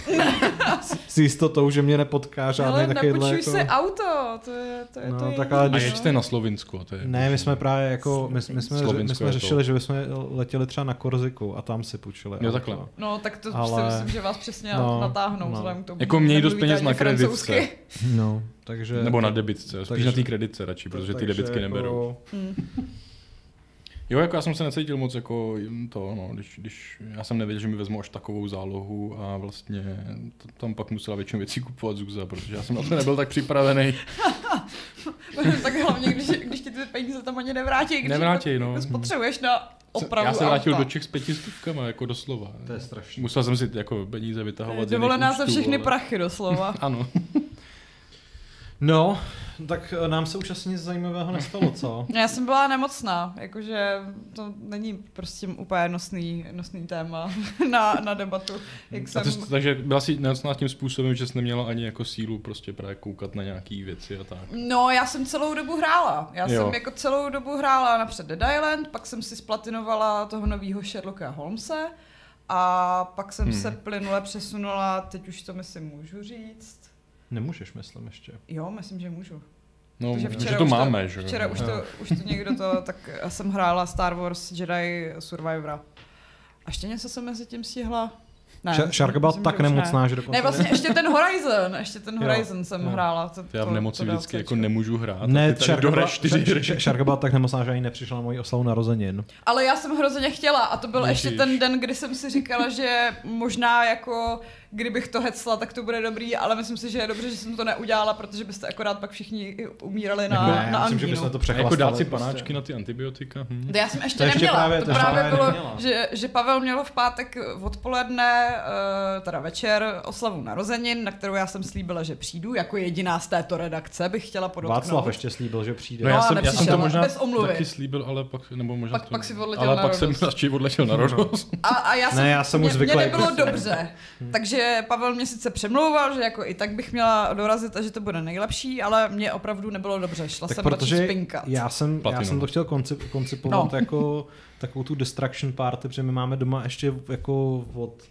A: s, s jistotou, že mě nepotká žádný takovýhle.
B: Ale
A: jako...
B: si auto, to je to, je,
A: no,
B: to je
A: tak ale
C: když... A jeďte na Slovinsko. To je
A: ne, my jsme právě jako, my, my jsme, my jsme řešili, to. že bychom letěli třeba na Korziku a tam si půjčili
C: jo, takhle.
B: No tak to
A: ale...
B: si myslím, že vás přesně
A: no,
B: natáhnou.
A: No.
B: Tomu,
C: jako měj dost peněz na kreditce.
A: No, takže...
C: Nebo na debitce, spíš takže, na té kreditce radši, protože ty debitky jako... neberou. Mm. Jo, jako já jsem se necítil moc jako to, no, když, když já jsem nevěděl, že mi vezmu až takovou zálohu a vlastně to, tam pak musela většinu věcí kupovat Zuza, protože já jsem na to nebyl tak připravený.
B: Tak hlavně, když, když ti ty peníze tam ani nevrátí, když
C: nevrátí, no.
B: jako spotřebuješ na opravu
C: já se vrátil
B: auta.
C: do Čech s pětistovkama, jako doslova.
A: To je strašný.
C: Musel jsem si jako peníze vytahovat z
B: dovolená za všechny
C: ale...
B: prachy doslova.
C: Ano.
A: No, tak nám se už asi nic zajímavého nestalo, co?
B: Já jsem byla nemocná, jakože to není prostě úplně nosný, nosný téma na, na debatu. Jak jsem...
C: ty, takže byla jsi nemocná tím způsobem, že jsi neměla ani jako sílu prostě právě koukat na nějaký věci a tak?
B: No, já jsem celou dobu hrála. Já jo. jsem jako celou dobu hrála napřed Dead Island, pak jsem si splatinovala toho novýho Sherlocka Holmese a pak jsem hmm. se plynule přesunula, teď už to myslím můžu říct.
A: Nemůžeš, myslím ještě.
B: Jo, myslím, že můžu.
C: No, že to máme, že?
B: Včera už to, už to někdo to, tak jsem hrála Star Wars Jedi Survivora. A ještě něco jsem mezi tím stihla?
A: Ne, Šárka byla tak nemocná, ne. že dokonce...
B: Ne, vlastně ještě ten Horizon, ještě ten Horizon jo, jsem jo. hrála. To,
C: já v nemoci to vždycky jako nemůžu hrát.
A: Ne, Šárka byla tak nemocná, že ani nepřišla na moji oslavu narozenin.
B: Ale já jsem hrozně chtěla a to byl Ježiš. ještě ten den, kdy jsem si říkala, že možná jako kdybych to hecla, tak to bude dobrý, ale myslím si, že je dobře, že jsem to neudělala, protože byste akorát pak všichni umírali na,
A: jako,
B: na
A: myslím,
B: angínu.
A: že bychom to
C: Jako dát si
A: prostě.
C: panáčky na ty antibiotika. Hm.
B: To já jsem ještě
A: to ještě
B: neměla.
A: právě,
B: to
A: to
B: právě
A: právě
B: bylo,
A: neměla.
B: že, že Pavel měl v pátek odpoledne, uh, teda večer, oslavu narozenin, na kterou já jsem slíbila, že přijdu. Jako jediná z této redakce bych chtěla podotknout.
A: Václav ještě slíbil, že přijde.
C: No, já,
B: No,
C: jsem, já jsem to možná
B: bez omluvy.
C: taky slíbil, ale pak, nebo možná
B: Pak-
C: to,
B: pak si odletěl
C: ale
B: na
C: pak
B: Rodos.
C: jsem radši odletěl na Rodos.
B: A, a já jsem,
A: Ne, já jsem
B: mě,
A: už zvyklý.
B: Mě nebylo dobře, takže Pavel mě sice přemlouval, že jako i tak bych měla dorazit a že to bude nejlepší, ale mě opravdu nebylo dobře, šla
A: Tak
B: jsem radši
A: protože
B: spinkat.
A: já jsem, já
C: Platinum.
A: jsem to chtěl koncip, koncipovat
B: No.
A: jako takovou tu distraction party, protože my máme doma ještě jako od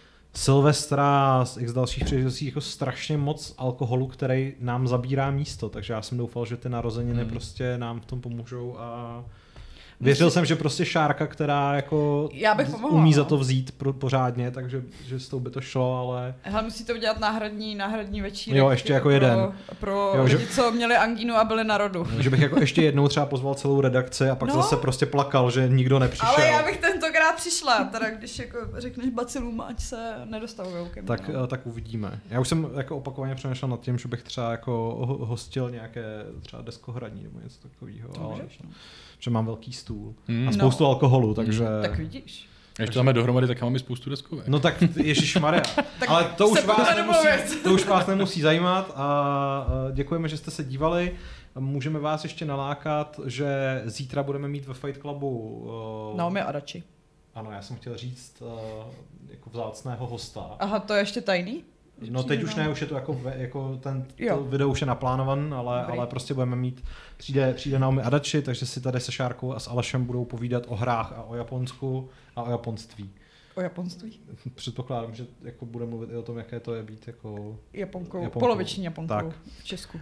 A: Silvestra z x dalších příležitostí jako strašně moc alkoholu, který nám zabírá místo, takže já jsem doufal, že ty narozeniny
C: Hmm.
A: prostě nám v tom pomůžou a věřil jsem, že prostě Šárka, která jako
B: Já bych pomohla,
A: umí
B: no.
A: za to vzít pro, pořádně, takže že s tou by to šlo, ale
B: Hele, musíte udělat náhradní, náhradní večírek.
A: Jo, ještě jako jeden.
B: Pro
A: Jo, že-
B: lidi, co měli angínu a byli na rodu.
A: že bych jako ještě jednou třeba pozval celou redakci a pak
B: No.
A: zase prostě plakal, že nikdo nepřišel.
B: Ale já bych tentokrát přišla, teda když jako řekneš bacilům, ať se nedostavujou ke mně.
A: Tak,
B: no.
A: eh, tak uvidíme. Já už jsem jako opakovaně přemýšlel nad tím, že bych třeba jako ho- hostil nějaké třeba deskohraní nebo něco takového,
B: To
A: ale
B: můžeš, no.
A: že mám velký stůl
C: Hmm.
A: a
C: No.
A: spoustu alkoholu, takže...
B: Tak vidíš.
C: Když to máme dohromady, tak máme spoustu deskovek.
A: No tak ježišmarja.
B: Tak
A: Ale to už,
B: se
A: vás
B: pojďme
A: nemusí,
B: domluvit.
A: to už vás nemusí zajímat a a děkujeme, že jste se dívali. Můžeme vás ještě nalákat, že zítra budeme mít ve Fight Clubu... Uh,
B: Naomi Adachi.
A: Ano, já jsem chtěl říct uh, jako vzácného hosta.
B: Aha, to je ještě tajný?
A: No teď už ne, už je to jako, ve- jako ten
B: Jo.
A: to video už je naplánovan, ale,
B: Dobrý.
A: ale prostě budeme mít, přijde, přijde Naomi Adachi, takže si tady se Šárkou a s Alešem budou povídat o hrách a o Japonsku a o japonství.
B: O japonství?
A: Předpokládám, že jako bude mluvit i o tom, jaké to je být jako...
B: Japonkou,
A: Japonkou.
B: poloviční Japonkou
A: Tak.
B: v Česku.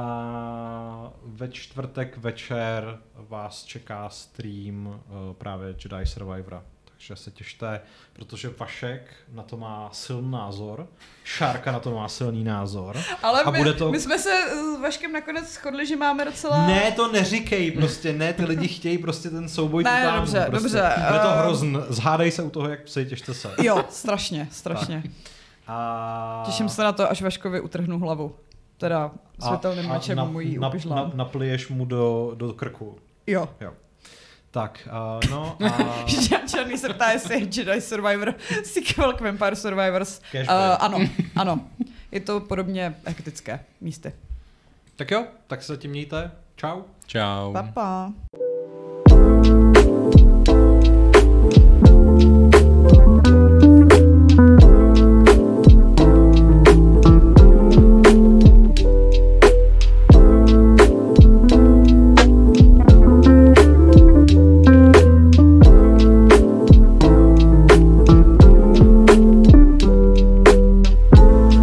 A: A ve čtvrtek večer vás čeká stream uh, právě Jedi Survivora. Takže se těšte, protože Vašek na to má silný názor, Šárka na to má silný názor.
B: Ale
A: A
B: my,
A: bude to-
B: my jsme se s Vaškem nakonec shodli, že máme docela...
A: Ne, to neříkej prostě, ne, ty lidi chtějí prostě ten souboj
B: Ne,
A: titánů,
B: dobře,
A: prostě.
B: dobře,
A: Bude to
B: ehm.
A: hrozn, zhádej se u toho, jak psi, těšte se.
B: Jo, strašně, strašně.
A: A...
B: Těším se na to, až Vaškovi utrhnu hlavu. Teda světelným mečem
A: na,
B: mojí
A: na,
B: upižlám.
A: na, napliješ mu do, do krku.
B: Jo.
A: Jo. Tak, uh, no a...
B: Černý se ptá, jestli je Jedi Survivor sequel k Vampire Survivors. Uh,
A: Cashback.
B: ano, ano. Je to podobně hektické místy.
A: Tak jo, tak se zatím mějte. Čau.
C: Čau.
B: Pa, pa.